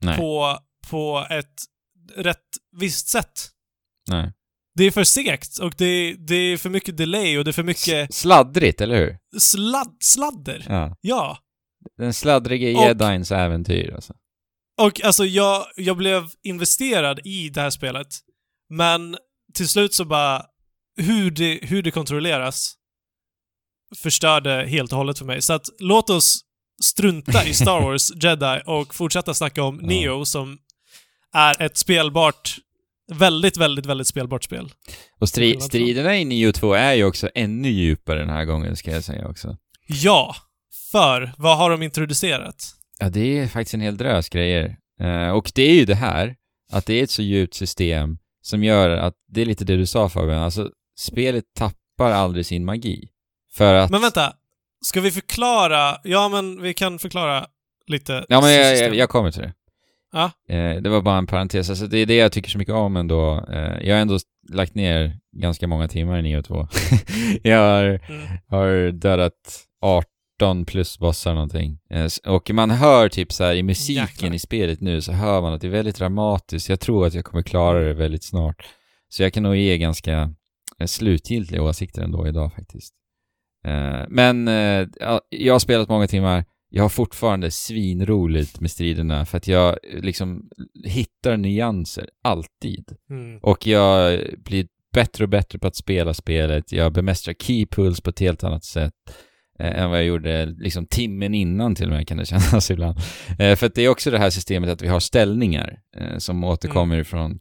på ett rätt visst sätt. Nej. Det är för segt och det är för mycket delay och det är för mycket sladdrigt, eller hur? Sladder. Ja. Den sladdriga jedins äventyr alltså. Och alltså jag blev investerad i det här spelet, men till slut så bara hur det kontrolleras förstörde helt och hållet för mig. Så att låt oss strunta i Star Wars Jedi och fortsätta snacka om Neo, som är ett spelbart, väldigt, väldigt, väldigt spelbart spel. Och striderna i Neo 2 är ju också ännu djupare den här gången, ska jag säga också. Ja, för vad har de introducerat? Ja, det är faktiskt en hel drös grejer. Och det är ju det här, att det är ett så djupt system som gör att, det är lite det du sa Fabian, alltså spelet tappar aldrig sin magi. För att... Men vänta, ska vi förklara? Ja, men vi kan förklara lite. Ja, men jag kommer till det. Ja. Det var bara en parentes. Alltså, det är det jag tycker så mycket om ändå. Jag har ändå lagt ner ganska många timmar i Neo 2. Jag har dödat 18 plus bossar någonting. Och man hör typ så här i musiken i spelet nu, så hör man att det är väldigt dramatiskt. Jag tror att jag kommer klara det väldigt snart. Så jag kan nog ge ganska slutgiltiga åsikter ändå idag faktiskt. Men jag har spelat många timmar. Jag har fortfarande svinroligt med striderna för att jag liksom hittar nyanser alltid. Och jag blir bättre och bättre på att spela spelet. Jag bemästrar keypulls på ett helt annat sätt än vad jag gjorde liksom timmen innan, till och med kan det kännas ibland. För att det är också det här systemet att vi har ställningar som återkommer från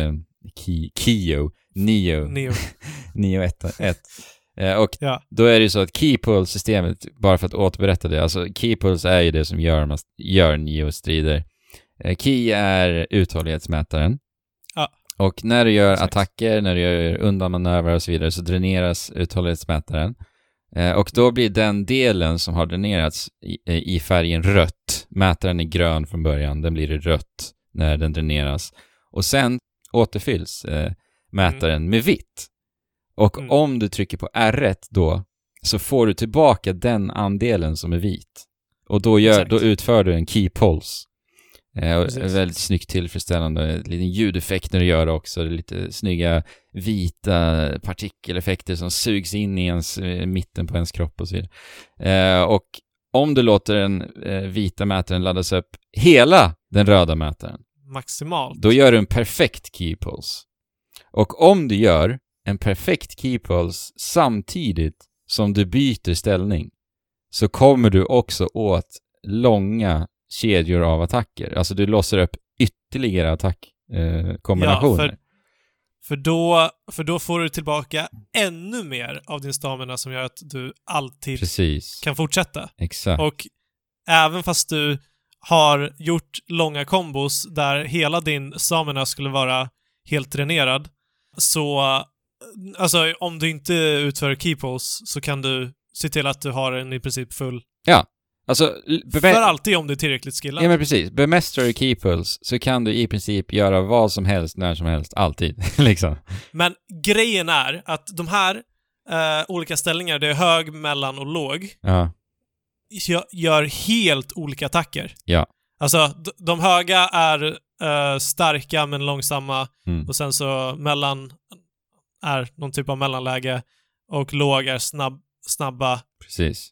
Neo 1. Och då är det ju så att keypull-systemet, bara för att återberätta det, alltså keypulls är ju det som gör Neo-strider. Key är uthållighetsmätaren. Och när du gör attacker, när du gör undanmanövrar och så vidare, så dräneras uthållighetsmätaren. Och då blir den delen som har dränerats i färgen rött. Mätaren är grön från början, den blir rött när den dräneras. Och sen återfylls mätaren med vitt. Och om du trycker på R1 då, så får du tillbaka den andelen som är vit. Och då utför du en key pulse. Väldigt snyggt tillfredsställande. En liten ljudeffekt när du gör det också. Det är lite snygga vita partikeleffekter som sugs in i mitten på ens kropp och så vidare. Och om du låter den vita mätaren laddas upp hela den röda mätaren maximalt, då gör du en perfekt key pulse. Och om du gör en perfekt key pulse samtidigt som du byter ställning, så kommer du också åt långa kedjor av attacker. Alltså du låser upp ytterligare attackkombinationer. Ja, för då får du tillbaka ännu mer av din stamina som gör att du alltid kan fortsätta. Exakt. Och även fast du har gjort långa kombos där hela din stamina skulle vara helt dränerad, så alltså om du inte utför keypulls så kan du se till att du har en i princip full. Ja. Alltså, för alltid om du är tillräckligt skillad. Ja, men precis. Bemästrar du keypulls så kan du i princip göra vad som helst, när som helst, alltid. liksom. Men grejen är att de här olika ställningar, det är hög, mellan och låg, gör helt olika attacker. Ja. Alltså, de höga är starka men långsamma, och sen så mellan är någon typ av mellanläge, och låg är snabba. Precis.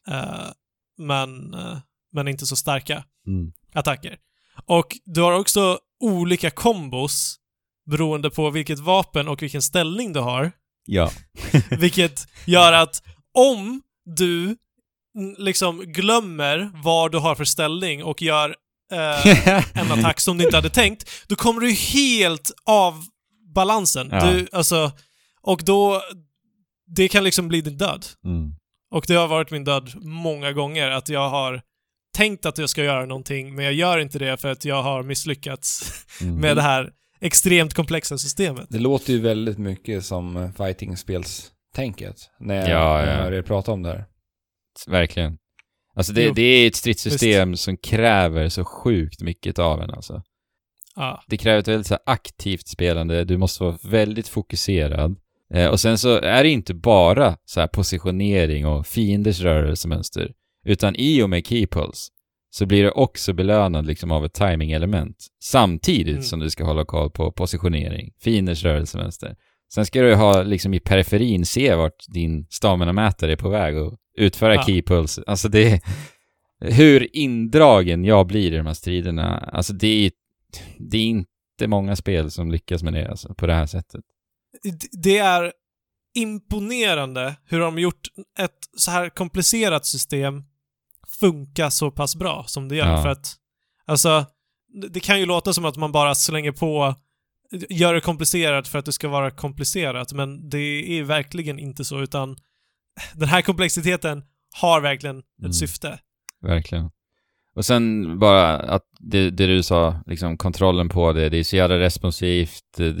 Men inte så starka attacker. Och du har också olika kombos beroende på vilket vapen och vilken ställning du har. Ja. Vilket gör att om du liksom glömmer vad du har för ställning och gör en attack som du inte hade tänkt, då kommer du helt av balansen. Ja. Och då det kan liksom bli din död. Och det har varit min död många gånger, att jag har tänkt att jag ska göra någonting, men jag gör inte det för att jag har misslyckats med det här extremt komplexa systemet. Det låter ju väldigt mycket som fighting-spelstänket när jag pratar om det här. Verkligen. Alltså det är ett stridssystem som kräver så sjukt mycket av en, alltså. Det kräver ett väldigt så här aktivt spelande. Du måste vara väldigt fokuserad. Och sen så är det inte bara så här positionering och fienders rörelsemönster, utan i och med keypulls så blir det också belönad liksom av ett timing-element samtidigt som du ska hålla koll på positionering, fienders rörelsemönster. Sen ska du ha liksom i periferin se vart din stamina-mätare är på väg och utföra keypulls. Alltså det är hur indragen jag blir i de här striderna. Alltså det är inte många spel som lyckas med det, alltså, på det här sättet. Det är imponerande hur de gjort ett så här komplicerat system funka så pass bra som det gör. För att alltså, det kan ju låta som att man bara slänger på, gör det komplicerat för att det ska vara komplicerat, men det är verkligen inte så, utan den här komplexiteten har verkligen ett syfte. Verkligen. Och sen bara att det du sa, liksom kontrollen på det är så jävla responsivt.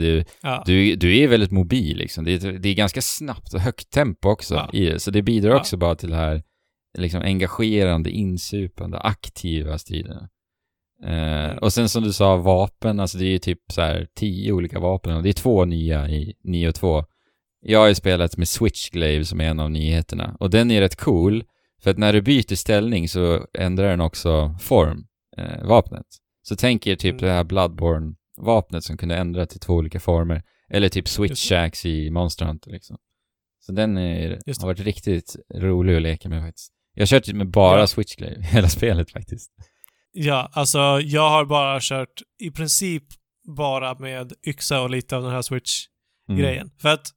Du är väldigt mobil liksom. Det är ganska snabbt och högt tempo också i det. Så det bidrar också bara till det här liksom engagerande, insupande, aktiva striderna. Och sen som du sa, vapen, alltså det är ju typ så här 10 olika vapen och det är 2 nya i 9 och 2. Jag har ju spelat med Switchglaive som är en av nyheterna, och den är rätt cool. För att när du byter ställning så ändrar den också form, vapnet. Så tänk er typ det här Bloodborne-vapnet som kunde ändra till 2 olika former. Eller typ Switch Shacks i Monster Hunter liksom. Så den har varit riktigt rolig att leka med faktiskt. Jag har kört med bara Switchglaive hela spelet faktiskt. Ja, alltså jag har bara kört i princip bara med yxa och lite av den här Switch-grejen. För att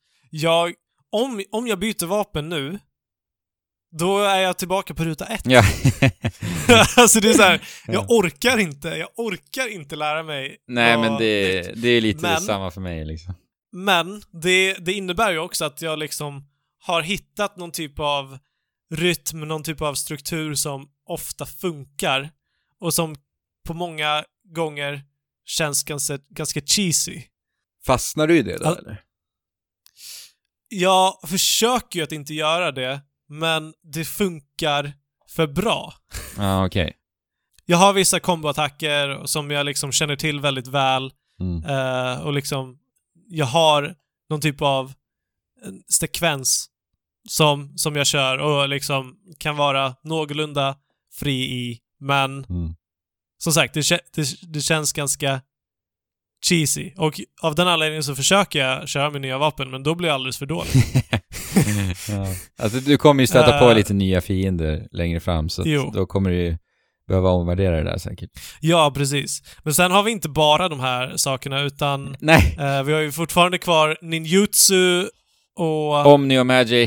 om jag byter vapen nu, då är jag tillbaka på ruta 1. Ja. Alltså det är så här, jag orkar inte lära mig. Nej, men det är lite samma för mig liksom. Men det innebär ju också att jag liksom har hittat någon typ av rytm, någon typ av struktur som ofta funkar och som på många gånger känns ganska cheesy. Fastnar du i det då, eller? Jag försöker ju att inte göra det, men det funkar för bra. Okej. Jag har vissa komboattacker som jag liksom känner till väldigt väl. Och liksom jag har någon typ av sekvens som jag kör och liksom kan vara någorlunda fri i, men som sagt, det känns ganska cheesy. Och av den anledningen så försöker jag köra med nya vapen, men då blir jag alldeles för dålig. Alltså du kommer ju stöta på lite nya fiender längre fram, så då kommer du ju behöva omvärdera det där säkert. Ja, precis. Men sen har vi inte bara de här sakerna, utan vi har ju fortfarande kvar ninjutsu och Omni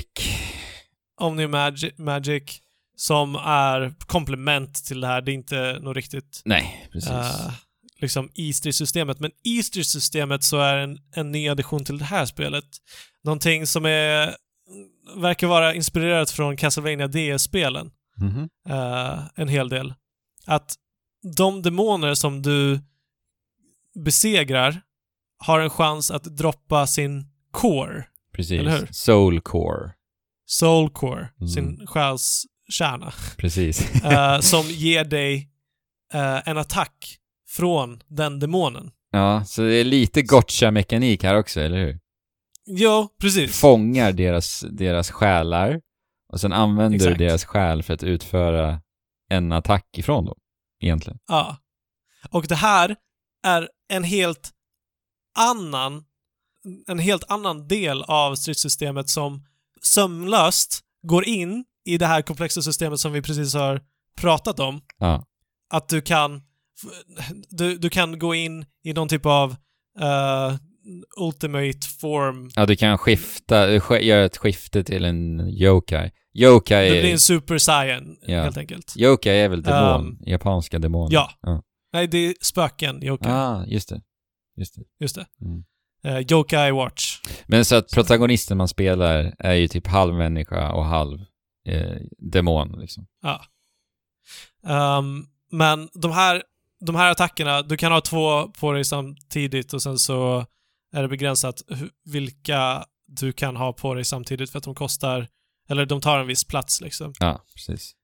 Magic som är komplement till det här. Det är inte något riktigt liksom Easter-systemet, men Easter-systemet så är en ny addition till det här spelet. Någonting som verkar vara inspirerat från Castlevania DS-spelen. En hel del. Att de demoner som du besegrar har en chans att droppa sin core. Precis. Eller hur? Soul core. Soul core. Sin själskärna. Precis. Som ger dig en attack från den demonen. Ja, så det är lite gotcha-mekanik här också, eller hur? Ja, precis. Fångar deras själar och sen använder du deras själ för att utföra en attack ifrån dem, egentligen. Ja. Och det här är en helt annan del av stridssystemet som sömlöst går in i det här komplexa systemet som vi precis har pratat om. Ja. Att du kan gå in i någon typ av ultimate form. Ja, du kan göra ett skifte till en yokai. Yokai det blir en super saiyan, helt enkelt. Yokai är väl demon, japanska demon. Ja. Nej, det är spöken, yokai. Just det. Yokai Watch. Men så att protagonisten man spelar är ju typ halv människa och halv demon, liksom. Ja. Men de här attackerna, du kan ha 2 på dig samtidigt och sen så är det begränsat vilka du kan ha på dig samtidigt för att de kostar, eller de tar en viss plats, liksom. Ja, precis.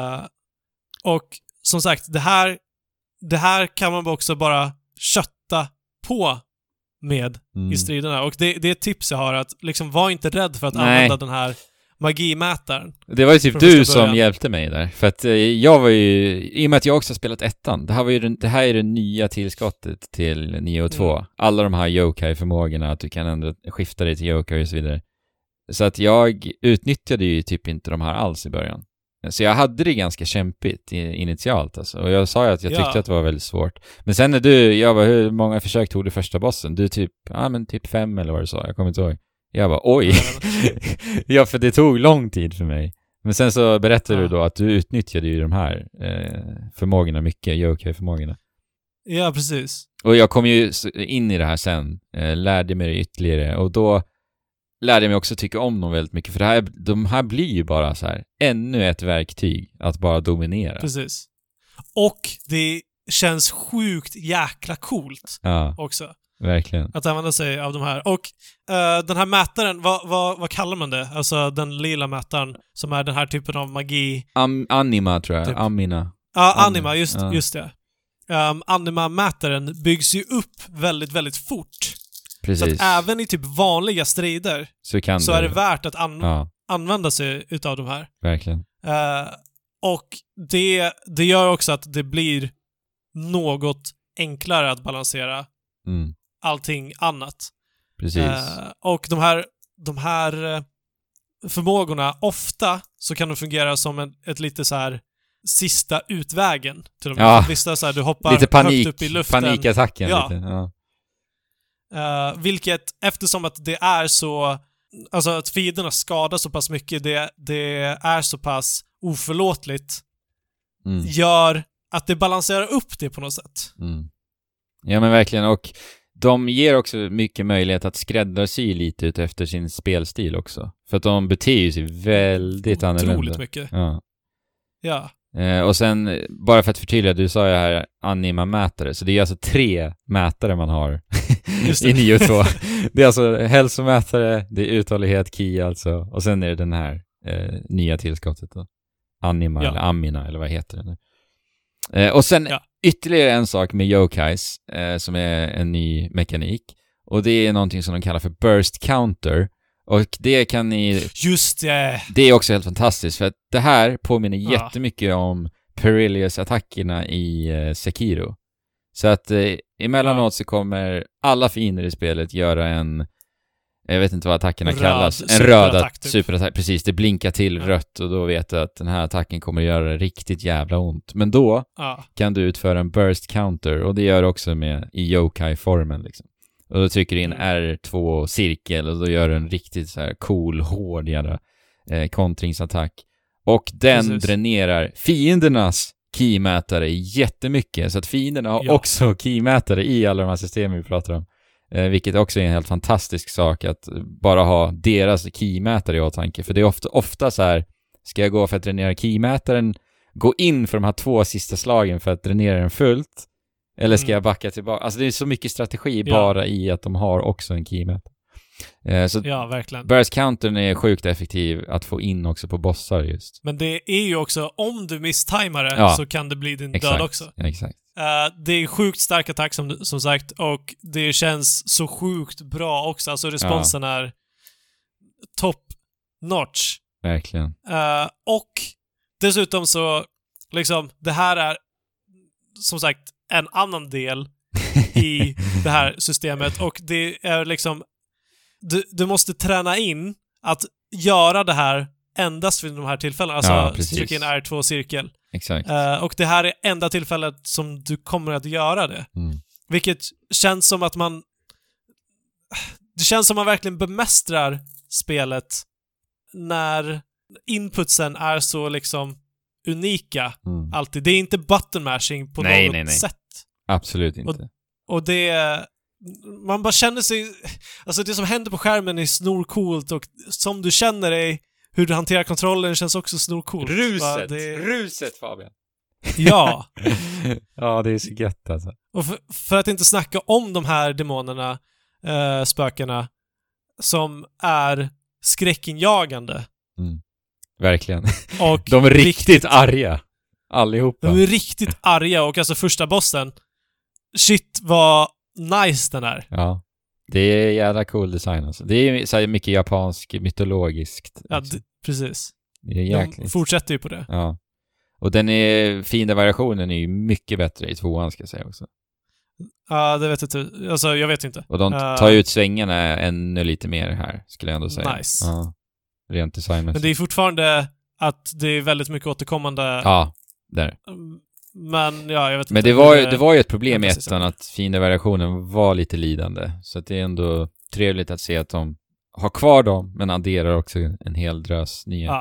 Och som sagt, det här kan man också bara kötta på med i striderna. Och det är ett tips jag har, att liksom var inte rädd för att använda den här magimätaren. Det var ju typ du som hjälpte mig där. För att jag var ju, i och med att jag också spelat ettan, det här är det nya tillskottet till Neo 2. Alla de här yokai-förmågorna, att du kan skifta dig till yokai och så vidare. Så att jag utnyttjade ju typ inte de här alls i början. Så jag hade det ganska kämpigt initialt, alltså. Och jag sa ju att jag tyckte att det var väldigt svårt. Men sen när jag bara, hur många försök tog du första bossen? Du typ 5 eller vad du sa, jag kommer inte ihåg. Jag bara, oj. Ja, för det tog lång tid för mig. Men sen så berättade du då att du utnyttjade ju de här förmågorna mycket, yokai-förmågorna. Ja, precis. Och jag kom ju in i det här sen, lärde mig det ytterligare. Och då lärde jag mig också tycka om dem väldigt mycket. För de här blir ju bara så här ännu ett verktyg att bara dominera. Precis. Och det känns sjukt jäkla coolt också. Verkligen. Att använda sig av de här. Och den här mätaren, vad kallar man det? Alltså den lila mätaren som är den här typen av magi. Anima, tror jag. Typ. Anima. Ja, Anima, just det. Anima-mätaren byggs ju upp väldigt, väldigt fort. Precis. Så att även i typ vanliga strider så är det värt att använda sig utav de här. Verkligen. Och det gör också att det blir något enklare att balansera allting annat. Precis. Och de här förmågorna, ofta så kan de fungera som ett lite så här sista utvägen till de här. Vissa så här, du hoppar lite högt upp i luften. Panikattacken. Ja. Lite. Ja. Vilket, eftersom att det är så, alltså att fienderna skadar så pass mycket, det är så pass oförlåtligt, gör att det balanserar upp det på något sätt. Ja, men verkligen. Och de ger också mycket möjlighet att skräddarsy lite ut efter sin spelstil också. För att de beter sig väldigt annorlunda. Otroligt mycket. Ja. Och sen, bara för att förtydliga, du sa ju här anima-mätare, så det är alltså 3 mätare man har i 9.2. Det är alltså hälsomätare, det är uthållighet, ki alltså, och sen är det den här nya tillskottet då. Anima eller Amina eller vad heter det nu. Och sen ytterligare en sak med yokais som är en ny mekanik, och det är någonting som de kallar för burst counter. Och det kan ni... Just det! Det är också helt fantastiskt, för att det här påminner jättemycket om Perilous-attackerna i Sekiro. Så att emellanåt så kommer alla fiender i spelet göra jag vet inte vad attackerna kallas. En röd superattack. Precis, det blinkar till rött och då vet du att den här attacken kommer att göra riktigt jävla ont. Men då kan du utföra en burst counter, och det gör du också i yokai-formen liksom. Och då trycker du in R2 cirkel och då gör du en riktigt så här cool, hård jävla kontringsattack. Och den dränerar fiendernas keymätare jättemycket. Så att fienderna har också keymätare i alla de här systemen vi pratar om. Vilket också är en helt fantastisk sak, att bara ha deras keymätare i åtanke. För det är ofta så här, ska jag gå för att dränera keymätaren, gå in för de här 2 sista slagen för att dränera den fullt? Eller ska jag backa tillbaka? Alltså det är så mycket strategi bara i att de har också en keymätare. Så Ja, verkligen. burst countern är sjukt effektiv att få in också på bossar just. Men det är ju också, om du misstajmar det så kan det bli din död också. Ja, exakt. Det är sjukt stark attack som sagt, och det känns så sjukt bra också. Alltså responsen är top notch. Verkligen. Och dessutom så liksom, det här är som sagt en annan del i det här systemet, och det är liksom du måste träna in att göra det här endast vid de här tillfällena. Alltså trycka in R2-cirkel. Exakt. Och det här är enda tillfället som du kommer att göra det. Vilket känns som att det känns som man verkligen bemästrar spelet när inputsen är så liksom unika alltid. Det är inte button mashing på något sätt. Absolut inte. Och det... Man bara känner sig... Alltså det som händer på skärmen är snorcoolt, och som du känner dig, hur du hanterar kontrollen känns också snorcoolt. Ruset Fabian. Ja. Ja, det är så gött alltså. Och för att inte snacka om de här demonerna, spökena, som är skräckinjagande. Verkligen. Och de är riktigt arga. Allihopa. De är riktigt arga, och alltså första bossen, shit vad nice den är. Ja. Det är jävla cool design alltså. Det är så här mycket japansk, mytologiskt. Ja, precis. Det är jäkligt. De fortsätter ju på det. Ja. Och den fina variationen är ju mycket bättre i 2:an, ska jag säga också. Ja, det vet jag inte. Alltså, jag vet inte. Och de tar ju ut svängarna ännu lite mer här, skulle jag ändå säga. Nice. Ja. Rent designmässigt. Men det är fortfarande att det är väldigt mycket återkommande. Ja, där. Men ja, jag vet inte. Men det var ju ett problem i ettan att fina variationen var lite lidande. Så att det är ändå trevligt att se att de har kvar dem, men adderar också en hel drös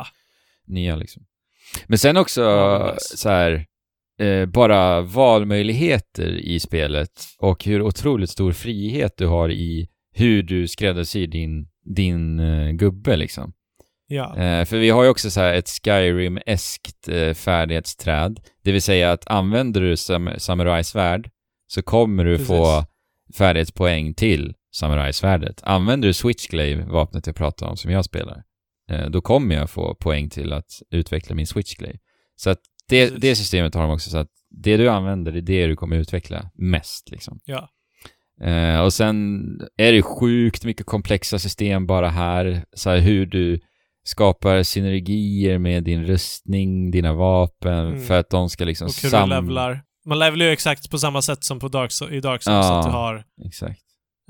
nya liksom. Men sen också så här, bara valmöjligheter i spelet, och hur otroligt stor frihet du har i hur du skräddarsyr din gubbe liksom. Ja. För vi har ju också så här ett Skyrim-eskt färdighetsträd. Det vill säga att använder du samurajsvärd så kommer du få färdighetspoäng till samurajsvärdet. Använder du Switchglaive, vapnet jag pratar om som jag spelar, då kommer jag få poäng till att utveckla min Switchglaive. Så att det systemet har de också, så att det du använder är det du kommer utveckla mest liksom. Ja. Och sen är det sjukt mycket komplexa system bara här. Så här hur du skapar synergier med din rustning, dina vapen, för att de ska liksom... Och hur du levlar. Man levlar ju exakt på samma sätt som i Dark Souls, så att du har... Exakt.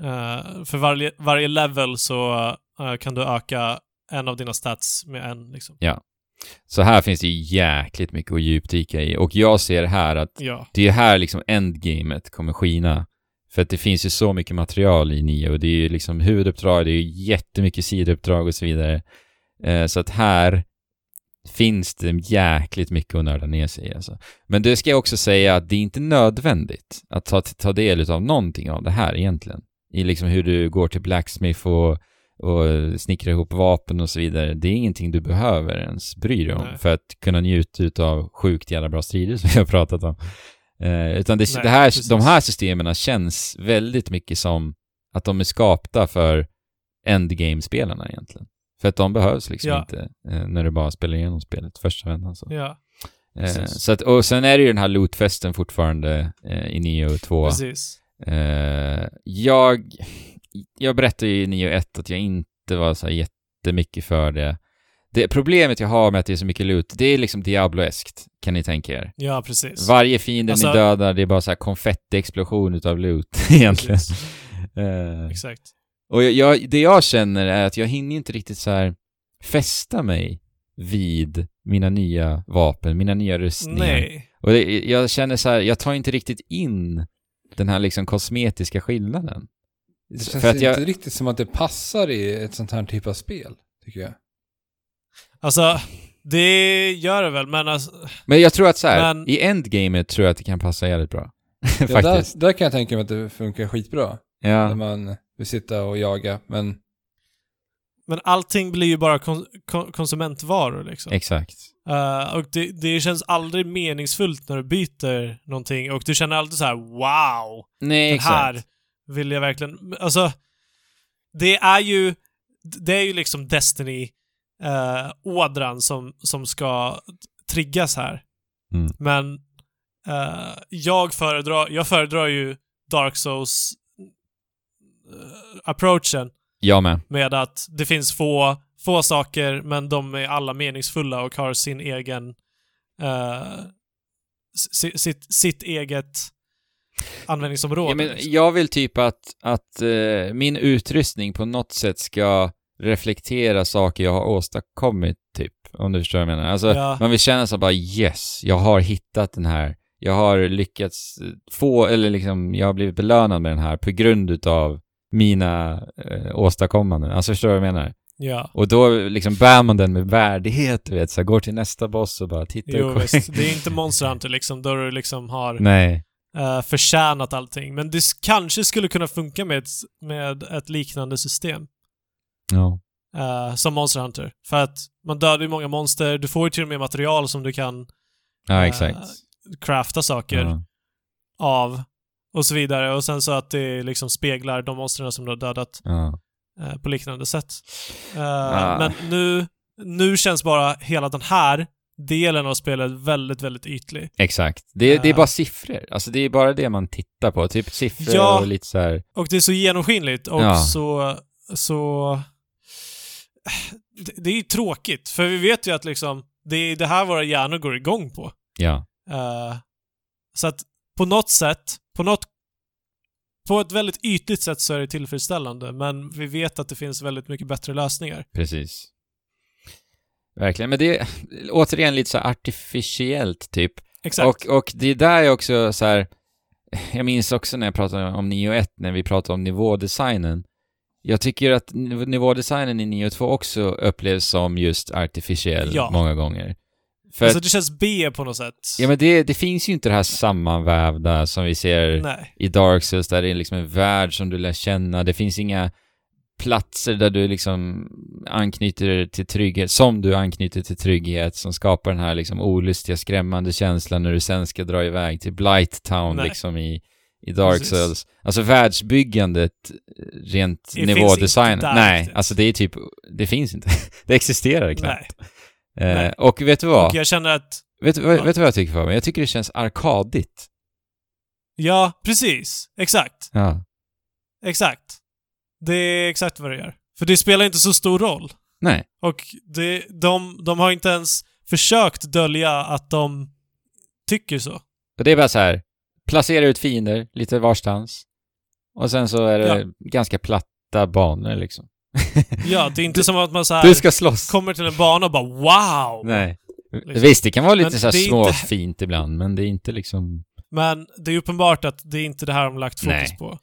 För varje level så kan du öka en av dina stats med en liksom. Ja. Så här finns det jäkligt mycket att djupdyka i. Och jag ser här att det är här liksom endgamet kommer skina. För att det finns ju så mycket material i Nioh, och det är ju liksom huvuduppdrag, det är ju jättemycket sidouppdrag och så vidare. Så att här finns det jäkligt mycket att nörda ner sig i alltså. Men det ska jag också säga att det är inte nödvändigt att ta del av någonting av det här egentligen. I liksom hur du går till blacksmith och snickrar ihop vapen och så vidare. Det är ingenting du behöver ens bry dig om för att kunna njuta av sjukt jävla bra strider som vi har pratat om. Utan de här systemen känns väldigt mycket som att de är skapta för endgame-spelarna egentligen. För att de behövs liksom inte när du bara spelar igenom spelet första vändan. Så. Ja. Så att, och sen är det ju den här lootfesten fortfarande i Nioh 2. Precis. Jag berättade i Nioh 1 att jag inte var så jättemycket för det. Det problemet jag har med att det är så mycket loot, det är liksom Diablo-eskt, kan ni tänka er. Ja, precis. Varje fiende ni dödar, det är bara så här konfetti-explosion utav loot egentligen. Exakt. Och det jag känner är att jag hinner inte riktigt så här fästa mig vid mina nya vapen, mina nya rustningar. Nej. Och jag känner så här, jag tar inte riktigt in den här liksom kosmetiska skillnaden. Det känns för att inte riktigt som att det passar i ett sånt här typ av spel, tycker jag. Alltså, det gör det väl, men alltså... Men jag tror att så här, i endgamet tror jag att det kan passa jävligt bra. Faktiskt. Där kan jag tänka mig att det funkar skitbra. Ja. När man vill sitta och jaga, men allting blir ju bara konsumentvaror liksom. Exakt. Och det känns aldrig meningsfullt när du byter någonting, och du känner alltid så här: wow! Nej, den exakt. här vill jag verkligen... Alltså, det är ju liksom Destiny ådran som ska triggas här. Men jag föredrar ju Dark Souls approachen. Jag med att det finns få saker, men de är alla meningsfulla och har sin egen sitt eget användningsområde. Ja, men jag vill typ att min utrustning på något sätt ska reflektera saker jag har åstadkommit, typ, om du förstår vad jag menar. Alltså, man vill känna så bara, yes, jag har hittat den här. Jag har lyckats få, eller liksom, jag har blivit belönad med den här på grund utav mina åstadkommanden. Alltså, förstår du vad jag menar? Ja. Och då liksom bär man den med värdighet, du vet, så går till nästa boss och bara tittar. Jo, visst. Det är inte Monster Hunter liksom, då du liksom har förtjänat allting. Men det kanske skulle kunna funka med ett liknande system. Ja. Som Monster Hunter. För att man dödar ju många monster, du får ju till och med material som du kan exakt. Crafta saker av och så vidare. Och sen så att det liksom speglar de monsterna som du har dödat på liknande sätt. Men nu känns bara hela den här delen av spelet väldigt, väldigt ytlig. Exakt. Det är bara siffror. Alltså det är bara det man tittar på. Typ siffror och lite så här. Och det är så genomskinligt och så det är ju tråkigt. För vi vet ju att liksom det är det här våra hjärnor går igång på. Ja. Så att på något sätt, på ett väldigt ytligt sätt så är det tillfredsställande, men vi vet att det finns väldigt mycket bättre lösningar. Precis. Verkligen, men det är återigen lite så artificiellt typ. Exakt. Och det är där jag också så här, jag minns också när jag pratade om Neo 1, när vi pratade om nivådesignen. Jag tycker att nivådesignen i Neo 2 också upplevs som just artificiell många gånger. För alltså det känns B på något sätt. Ja, men det finns ju inte det här sammanvävda som vi ser i Dark Souls, där det är liksom en värld som du lär känna. Det finns inga platser där du liksom anknyter till trygghet, som du anknyter till trygghet, som skapar den här liksom olustiga, skrämmande känslan när du sen ska dra iväg till Blight Town liksom i Dark Souls. Alltså världsbyggandet rent nivådesign. Nej, alltså det är typ, det finns inte. Det existerar knappt. Nej. Och vet du vad? Och jag känner att... Vet du vad jag tycker för mig? Jag tycker det känns arkadigt. Ja, precis. Exakt. Ja. Exakt. Det är exakt vad det gör. För det spelar inte så stor roll. Nej. Och de har inte ens försökt dölja att de tycker så. Och det är bara så här, placera ut fiender lite varstans. Och sen så är det ganska platta banor liksom. Ja, det är inte som att man så här du ska slåss. Kommer till en bana och bara wow! Nej. Liksom. Visst, det kan vara lite så här småfint ibland, men det är inte liksom... Men det är uppenbart att det är inte det här de lagt fokus på.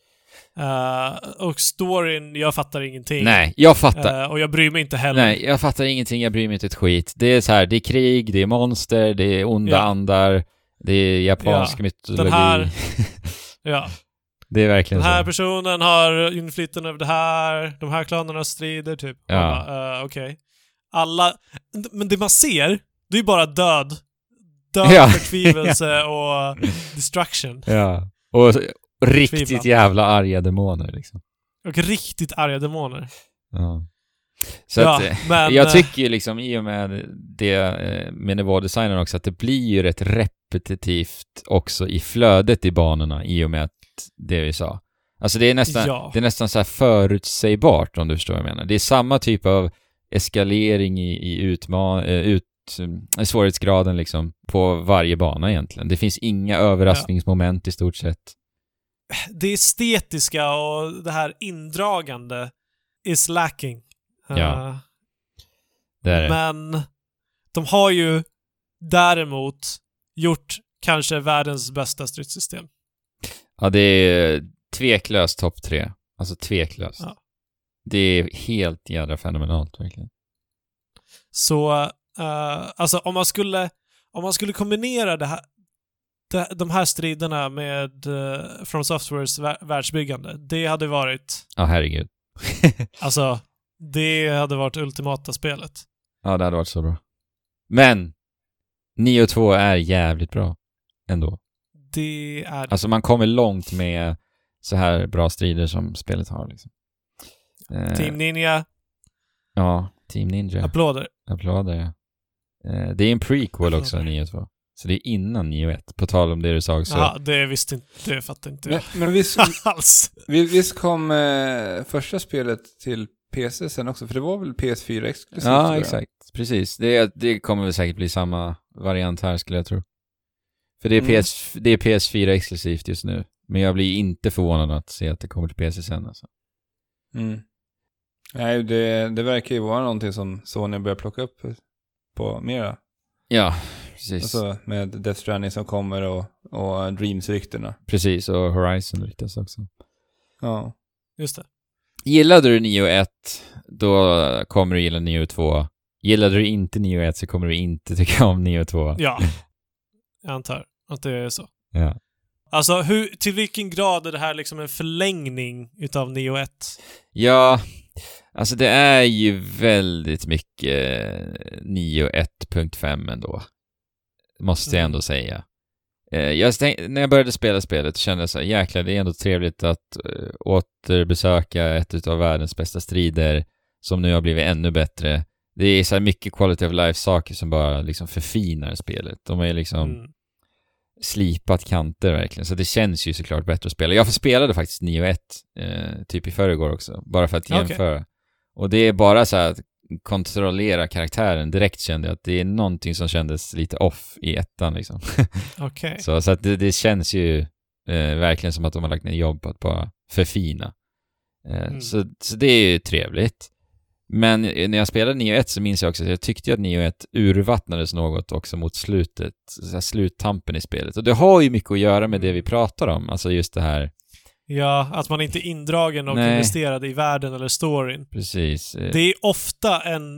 Och storyn, jag fattar ingenting. Nej, jag fattar. Och jag bryr mig inte heller. Nej, jag fattar ingenting, jag bryr mig inte ett skit. Det är så här, det är krig, det är monster, det är onda andar, det är japansk mytologi. Den här... ja. Det är verkligen den här så. Personen har inflytande över det här. De här klanerna strider typ. Ja. Okej. Alla... Men det man ser, det är bara död, förtvivelse och destruction. Ja. Och riktigt jävla arga demoner liksom. Och riktigt arga demoner. Ja. Så att, men, jag tycker ju liksom i och med det med nivådesignen också, att det blir ju rätt repetitivt också i flödet i banorna i och med att det vi sa. Alltså det är nästan så här förutsägbart, om du förstår vad jag menar. Det är samma typ av eskalering i svårighetsgraden liksom på varje bana egentligen. Det finns inga överraskningsmoment i stort sett. Det estetiska och det här indragande is lacking. Ja. Det är det. Men de har ju däremot gjort kanske världens bästa stridssystem. Ja, det är tveklöst topp 3. Alltså tveklöst. Ja. Det är helt jävla fenomenalt verkligen. Så alltså om man skulle kombinera de här striderna med From Softwares världsbyggande, det hade varit... Ja, herregud. alltså, det hade varit ultimata spelet. Ja, det hade varit så bra. Men Neo 2 är jävligt bra ändå. Det är... Alltså man kommer långt med så här bra strider som spelet har liksom. Team Ninja. Ja, Team Ninja. Applåder, ja. Det är en prequel också, 9-2. Så det är innan 9-1, på tal om det du sa. Så... Ja, det visste inte, det fattar inte jag. Men visst, alls. visst kom första spelet till PC sen också, för det var väl PS4 exklusivt? Ja, exakt. Precis. Det kommer väl säkert bli samma variant här, skulle jag tro. För det är PS4 exklusivt just nu. Men jag blir inte förvånad att se att det kommer till PC sen. Alltså. Nej, det verkar ju vara någonting som Sony börjar plocka upp på mera. Ja, precis. Alltså med Death Stranding som kommer och Dreams-ryktena. Precis, och Horizon ryktas också. Ja. Just det. Gillade du 9-1, då kommer du gilla 9-2. Gillade du inte 9-1 så kommer du inte tycka om 9-2. Ja, jag antar att det är så. Ja. Alltså, till vilken grad är det här liksom en förlängning utav 9-1? Ja, alltså det är ju väldigt mycket 9.1.5 ändå. Måste jag ändå säga. När jag började spela spelet kände jag så här, jäklar, det är ändå trevligt att återbesöka ett av världens bästa strider som nu har blivit ännu bättre. Det är så här mycket quality of life-saker som bara liksom förfinar spelet. De är liksom slipat kanter verkligen. Så det känns ju såklart bättre att spela. Jag spelade faktiskt 9.1 typ i förrgår också. Bara för att jämföra. Okay. Och det är bara så här att kontrollera karaktären. Direkt kände jag att det är någonting som kändes lite off i ettan liksom. Okay. Så att det känns ju verkligen som att de har lagt ner jobb på att bara förfina. Så det är ju trevligt. Men när jag spelade 9.1 så minns jag också att jag tyckte att 9.1 urvattnades något också mot slutet, så här sluttampen i spelet. Och det har ju mycket att göra med det vi pratar om, alltså just det här. Ja, att man inte är indragen och investerad i världen eller storyn. Precis. Det är ofta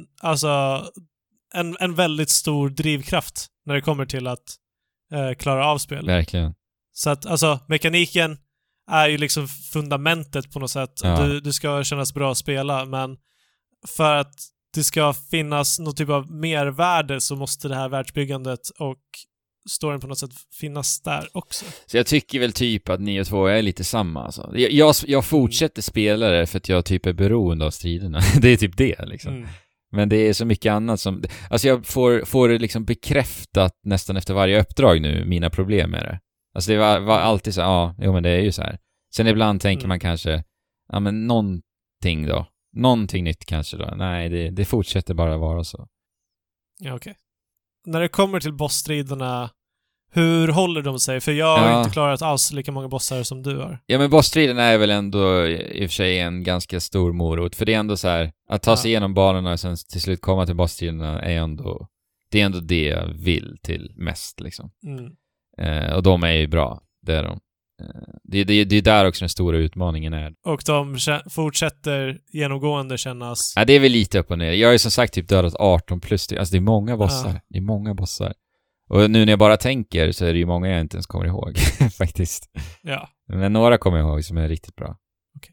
en väldigt stor drivkraft när det kommer till att klara av spel. Verkligen. Så att, alltså, mekaniken är ju liksom fundamentet på något sätt. Ja. Du ska kännas bra att spela, men för att det ska finnas någon typ av mervärde så måste det här världsbyggandet och storyn på något sätt finnas där också. Så jag tycker väl typ att 9-2 är lite samma alltså. Jag fortsätter spela det för att jag typ är beroende av striderna. Det är typ det liksom. Men det är så mycket annat som... Alltså jag får liksom bekräftat nästan efter varje uppdrag nu mina problem med det. Alltså det var alltid så, jo men det är ju så här. Sen ibland tänker man kanske, ja men någonting då. Någonting nytt kanske då. Nej, det fortsätter bara vara så. Ja, okej. När det kommer till bossstriderna, hur håller de sig? För jag har inte klarat alls lika många bossar som du har. Ja, men bossstriderna är väl ändå i och för sig en ganska stor morot. För det är ändå så här, att ta sig igenom banorna och sen till slut komma till bossstriderna är ändå det jag vill till mest liksom. Och de är ju bra, det är de. Det är där också den stora utmaningen är. Och de fortsätter genomgående kännas... Ja, det är väl lite upp och ner. Jag har ju som sagt typ dödat 18 plus. Alltså det är många bossar. Ja. Det är många bossar. Och nu när jag bara tänker så är det ju många jag inte ens kommer ihåg. Faktiskt. Ja. Men några kommer jag ihåg som är riktigt bra. Okay.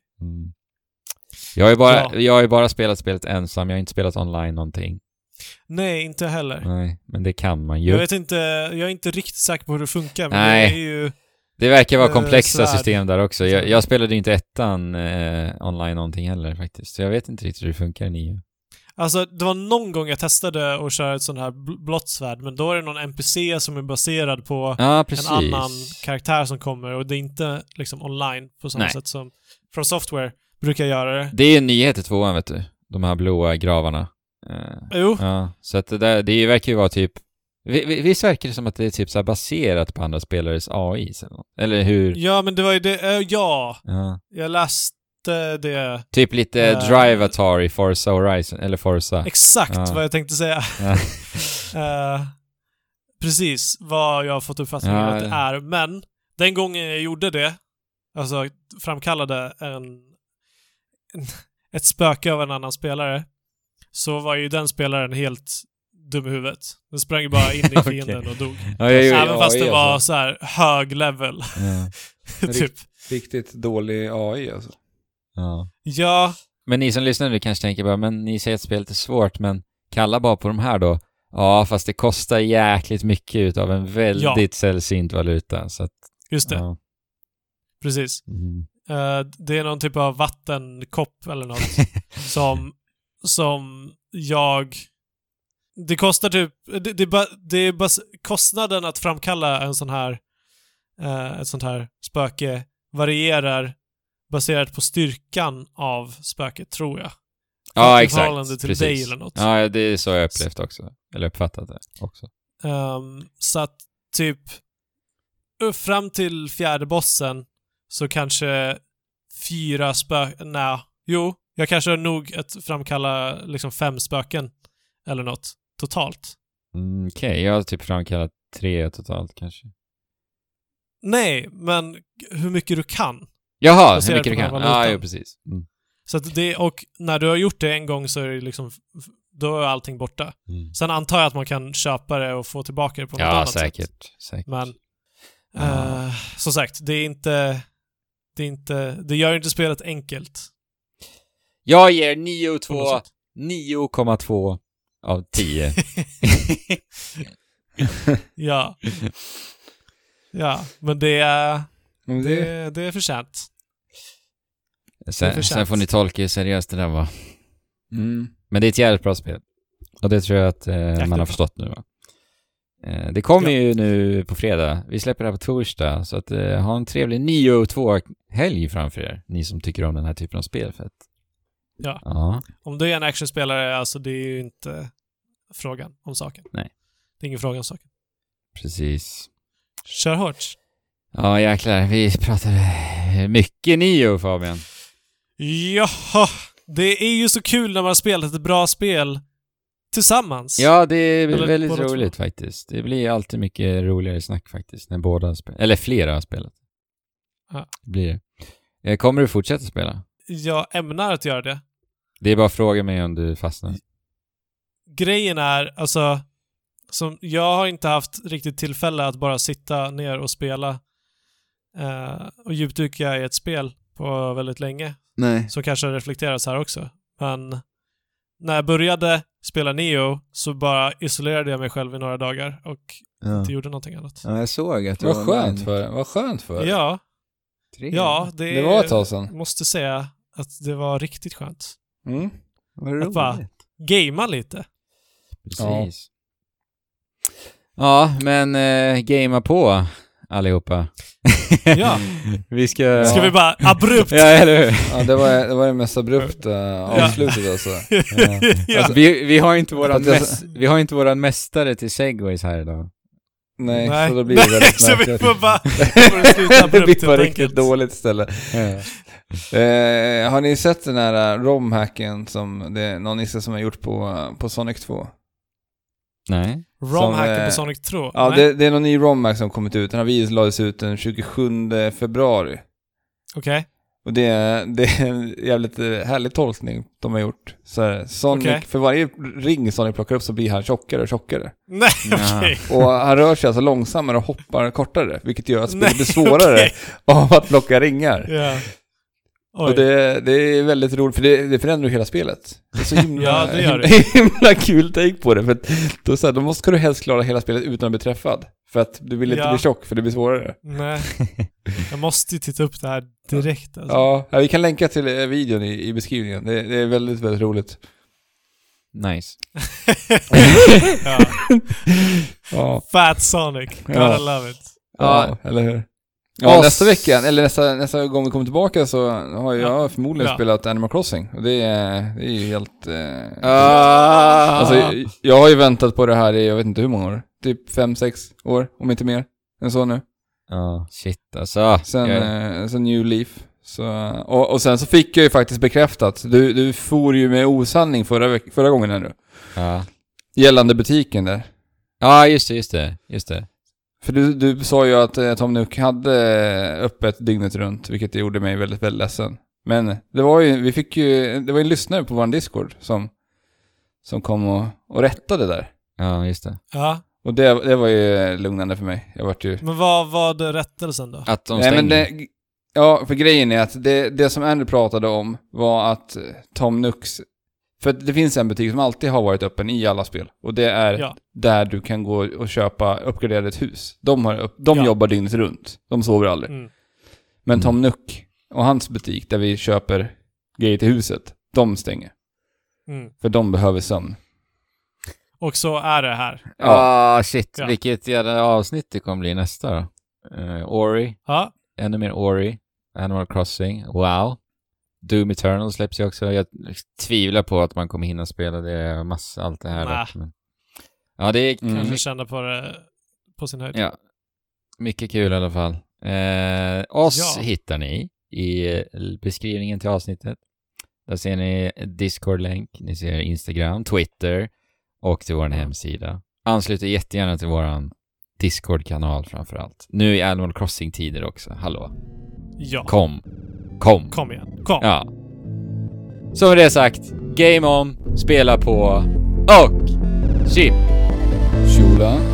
Jag har ju bara spelat spelet ensam. Jag har inte spelat online någonting. Nej, inte heller. Nej, men det kan man ju. Jag är inte riktigt säker på hur det funkar. Men det är ju... Det verkar vara komplexa system där också. Jag spelade inte ettan online någonting heller faktiskt. Så jag vet inte riktigt hur det funkar i 9. Alltså, det var någon gång jag testade att köra ett sånt här blått svärd, men då är det någon NPC som är baserad på en annan karaktär som kommer, och det är inte liksom online på samma sätt som From Software brukar göra det. Det är en nyhet i 2:an, vet du. De här blåa gravarna. Jo. Ja, så att det verkar ju vara typ... Visst verkar det som att det är typ så här baserat på andra spelares AI eller hur? Ja, men det var ju det, ja. Jag läste det. Typ lite Drive-atar i Forza Horizon, eller Forza. Exakt vad jag tänkte säga. Precis vad jag har fått uppfattningen att det är. Men den gången jag gjorde det, alltså framkallade ett spöke av en annan spelare, så var ju den spelaren helt dum i huvudet. Den sprang bara in i fienden och dog. Även fast det var så här hög level. Typ. Riktigt dålig AI alltså. Ja. Men ni som lyssnar nu kanske tänker bara, men ni säger att spelet är svårt, men kalla bara på de här då. Ja, fast det kostar jäkligt mycket utav en väldigt sällsynt valuta. Så att, just det. Precis. Det är någon typ av vattenkopp eller något som jag... Det kostar typ... Det är bara kostnaden att framkalla en sån här ett sånt här spöke varierar baserat på styrkan av spöket, tror jag. Ja, I förhållande exakt. till Precis. dig eller något. Ja, det är så jag upplevt också. Eller uppfattat det också. Så att typ fram till fjärde bossen så kanske 4 spöken... jag kanske har nog att framkalla liksom 5 spöken eller något totalt. Okej, jag har typ framkallat 3 totalt kanske. Nej, men hur mycket du kan. Jaha, baserat hur mycket på du den kan. här valutan. Ja, precis. Så att det, och när du har gjort det en gång så är det liksom, då är allting borta. Sen antar jag att man kan köpa det och få tillbaka det på något annat säkert. sätt. Säkert. Men som sagt, det gör inte spelet enkelt. Jag ger 9,2 av 10. Ja. Ja, men det är förtjänt. Sen får ni tolka hur seriöst det där var. Men det är ett jävligt bra spel. Och det tror jag att man har förstått nu, va? Det kommer ju nu på fredag. Vi släpper det här på torsdag. Så att ha en trevlig 9-2-helg framför er. Ni som tycker om den här typen av spel. För att... Ja. Om du är en actionspelare, alltså det är ju inte frågan om saken. Nej. Det är ingen fråga om saken. Precis. Kör hårt. Ja, jäklar. Vi pratade mycket Nio, Fabian. Ja, det är ju så kul när man har spelat ett bra spel tillsammans. Ja, det är Eller väldigt båda roligt faktiskt. Det blir alltid mycket roligare snack faktiskt när båda spelar. Eller flera har spelat. Ja. Det blir det. Kommer du fortsätta spela? Jag ämnar att göra det. Det är bara att fråga mig om du fastnar. Grejen är, alltså, som jag har inte haft riktigt tillfälle att bara sitta ner och spela och djupdyka i ett spel på väldigt länge. Nej. Så kanske reflekteras här också. Men när jag började spela Neo så bara isolerade jag mig själv i några dagar och inte gjorde någonting annat. Ja, jag såg att det Vad skönt för. Ja. Tre. Ja, Det var ett tag sedan. Måste säga att det var riktigt skönt. Vad roligt. Att bara gamea lite. Precis. Ja, men gamea på allihopa. Ja. Ska vi bara abrupt? Ja, eller hur? Ja, det var det mest abrupta avslutet alltså. Ja. Alltså, vi har inte våran mästare till segways här idag. Nej, så då blir det väldigt så vi märkligt. får bara sluta Det abrupt. blir bara helt riktigt enkelt. dåligt istället. Har ni sett den här ROM-hacken som det är någon nisse som har gjort på Sonic 2? Nej. ROM-hacken på Sonic 2? Ja, Nej. det är någon ny ROM-hack som kommit ut. Den här videon lades ut den 27 februari. Okej. Och det är en jävligt härlig tolkning de har gjort. Så här, Sonic, Okej. för varje ring Sonic plockar upp så blir han tjockare och tjockare. Nej, okej. Och han rör sig alltså långsammare och hoppar kortare, vilket gör att spelet Nej, blir svårare okej. av att plocka ringar. Ja. Oj. Och det är väldigt roligt, för det förändrar ju hela spelet. Det är så himla, Ja, det gör det. himla kul take på det. För att då måste du helst klara hela spelet utan att bli träffad. För att du vill inte bli tjock, för det blir svårare. Nej. Jag måste ju titta upp det här direkt. Alltså. Ja, vi kan länka till videon i beskrivningen. Det är väldigt, väldigt roligt. Nice. Ja. Ja, Fat Sonic. Gotta love it. ja, eller hur? Ja, nästa vecka, eller nästa gång vi kommer tillbaka så har jag förmodligen spelat Animal Crossing. Och det är ju helt... Alltså, jag har ju väntat på det här i, jag vet inte hur många år. Typ 5-6 år, om inte mer. Än så nu. Ja, shit alltså. Sen New Leaf. Så, och sen så fick jag ju faktiskt bekräftat. Du for ju med osanning förra gången här nu. Ja. Gällande butiken där. Ja, just det. För du sa ju att Tom Nook hade öppet dygnet runt, vilket det gjorde mig väldigt, väldigt ledsen. Men det var ju, det var en lyssnare på vår Discord som kom och rättade där. Ja, just det. Ja. Och det var ju lugnande för mig. Jag vart ju... Men vad var det rättelsen då? Att de Nej, stänger. men ja, för grejen är att det som Andrew pratade om var att Tom Nooks... För det finns en butik som alltid har varit öppen i alla spel. Och det är där du kan gå och köpa uppgraderade hus. De jobbar dygnet runt. De sover aldrig. Men Tom Nook och hans butik där vi köper grejer till huset, de stänger. För de behöver sömn. Och så är det här. Shit. Ja. Vilket jävla avsnitt det kommer bli nästa då. Ori. Ja. Ännu mer Ori. Animal Crossing. Wow. Doom Eternal släpps ju också. Jag tvivlar på att man kommer hinna spela det allt det här. Men... Ja, det är... Kanske känna på det på sin höjd. Ja. Mycket kul i alla fall. Oss hittar ni i beskrivningen till avsnittet. Där ser ni Discord-länk. Ni ser Instagram, Twitter och till vår hemsida. Ansluter jättegärna till våran Discord-kanal framförallt. Nu är Animal Crossing-tider också. Hallå. Ja. Kom igen. Kom. Ja. Så med det sagt, game on, spela på och chip. Shula.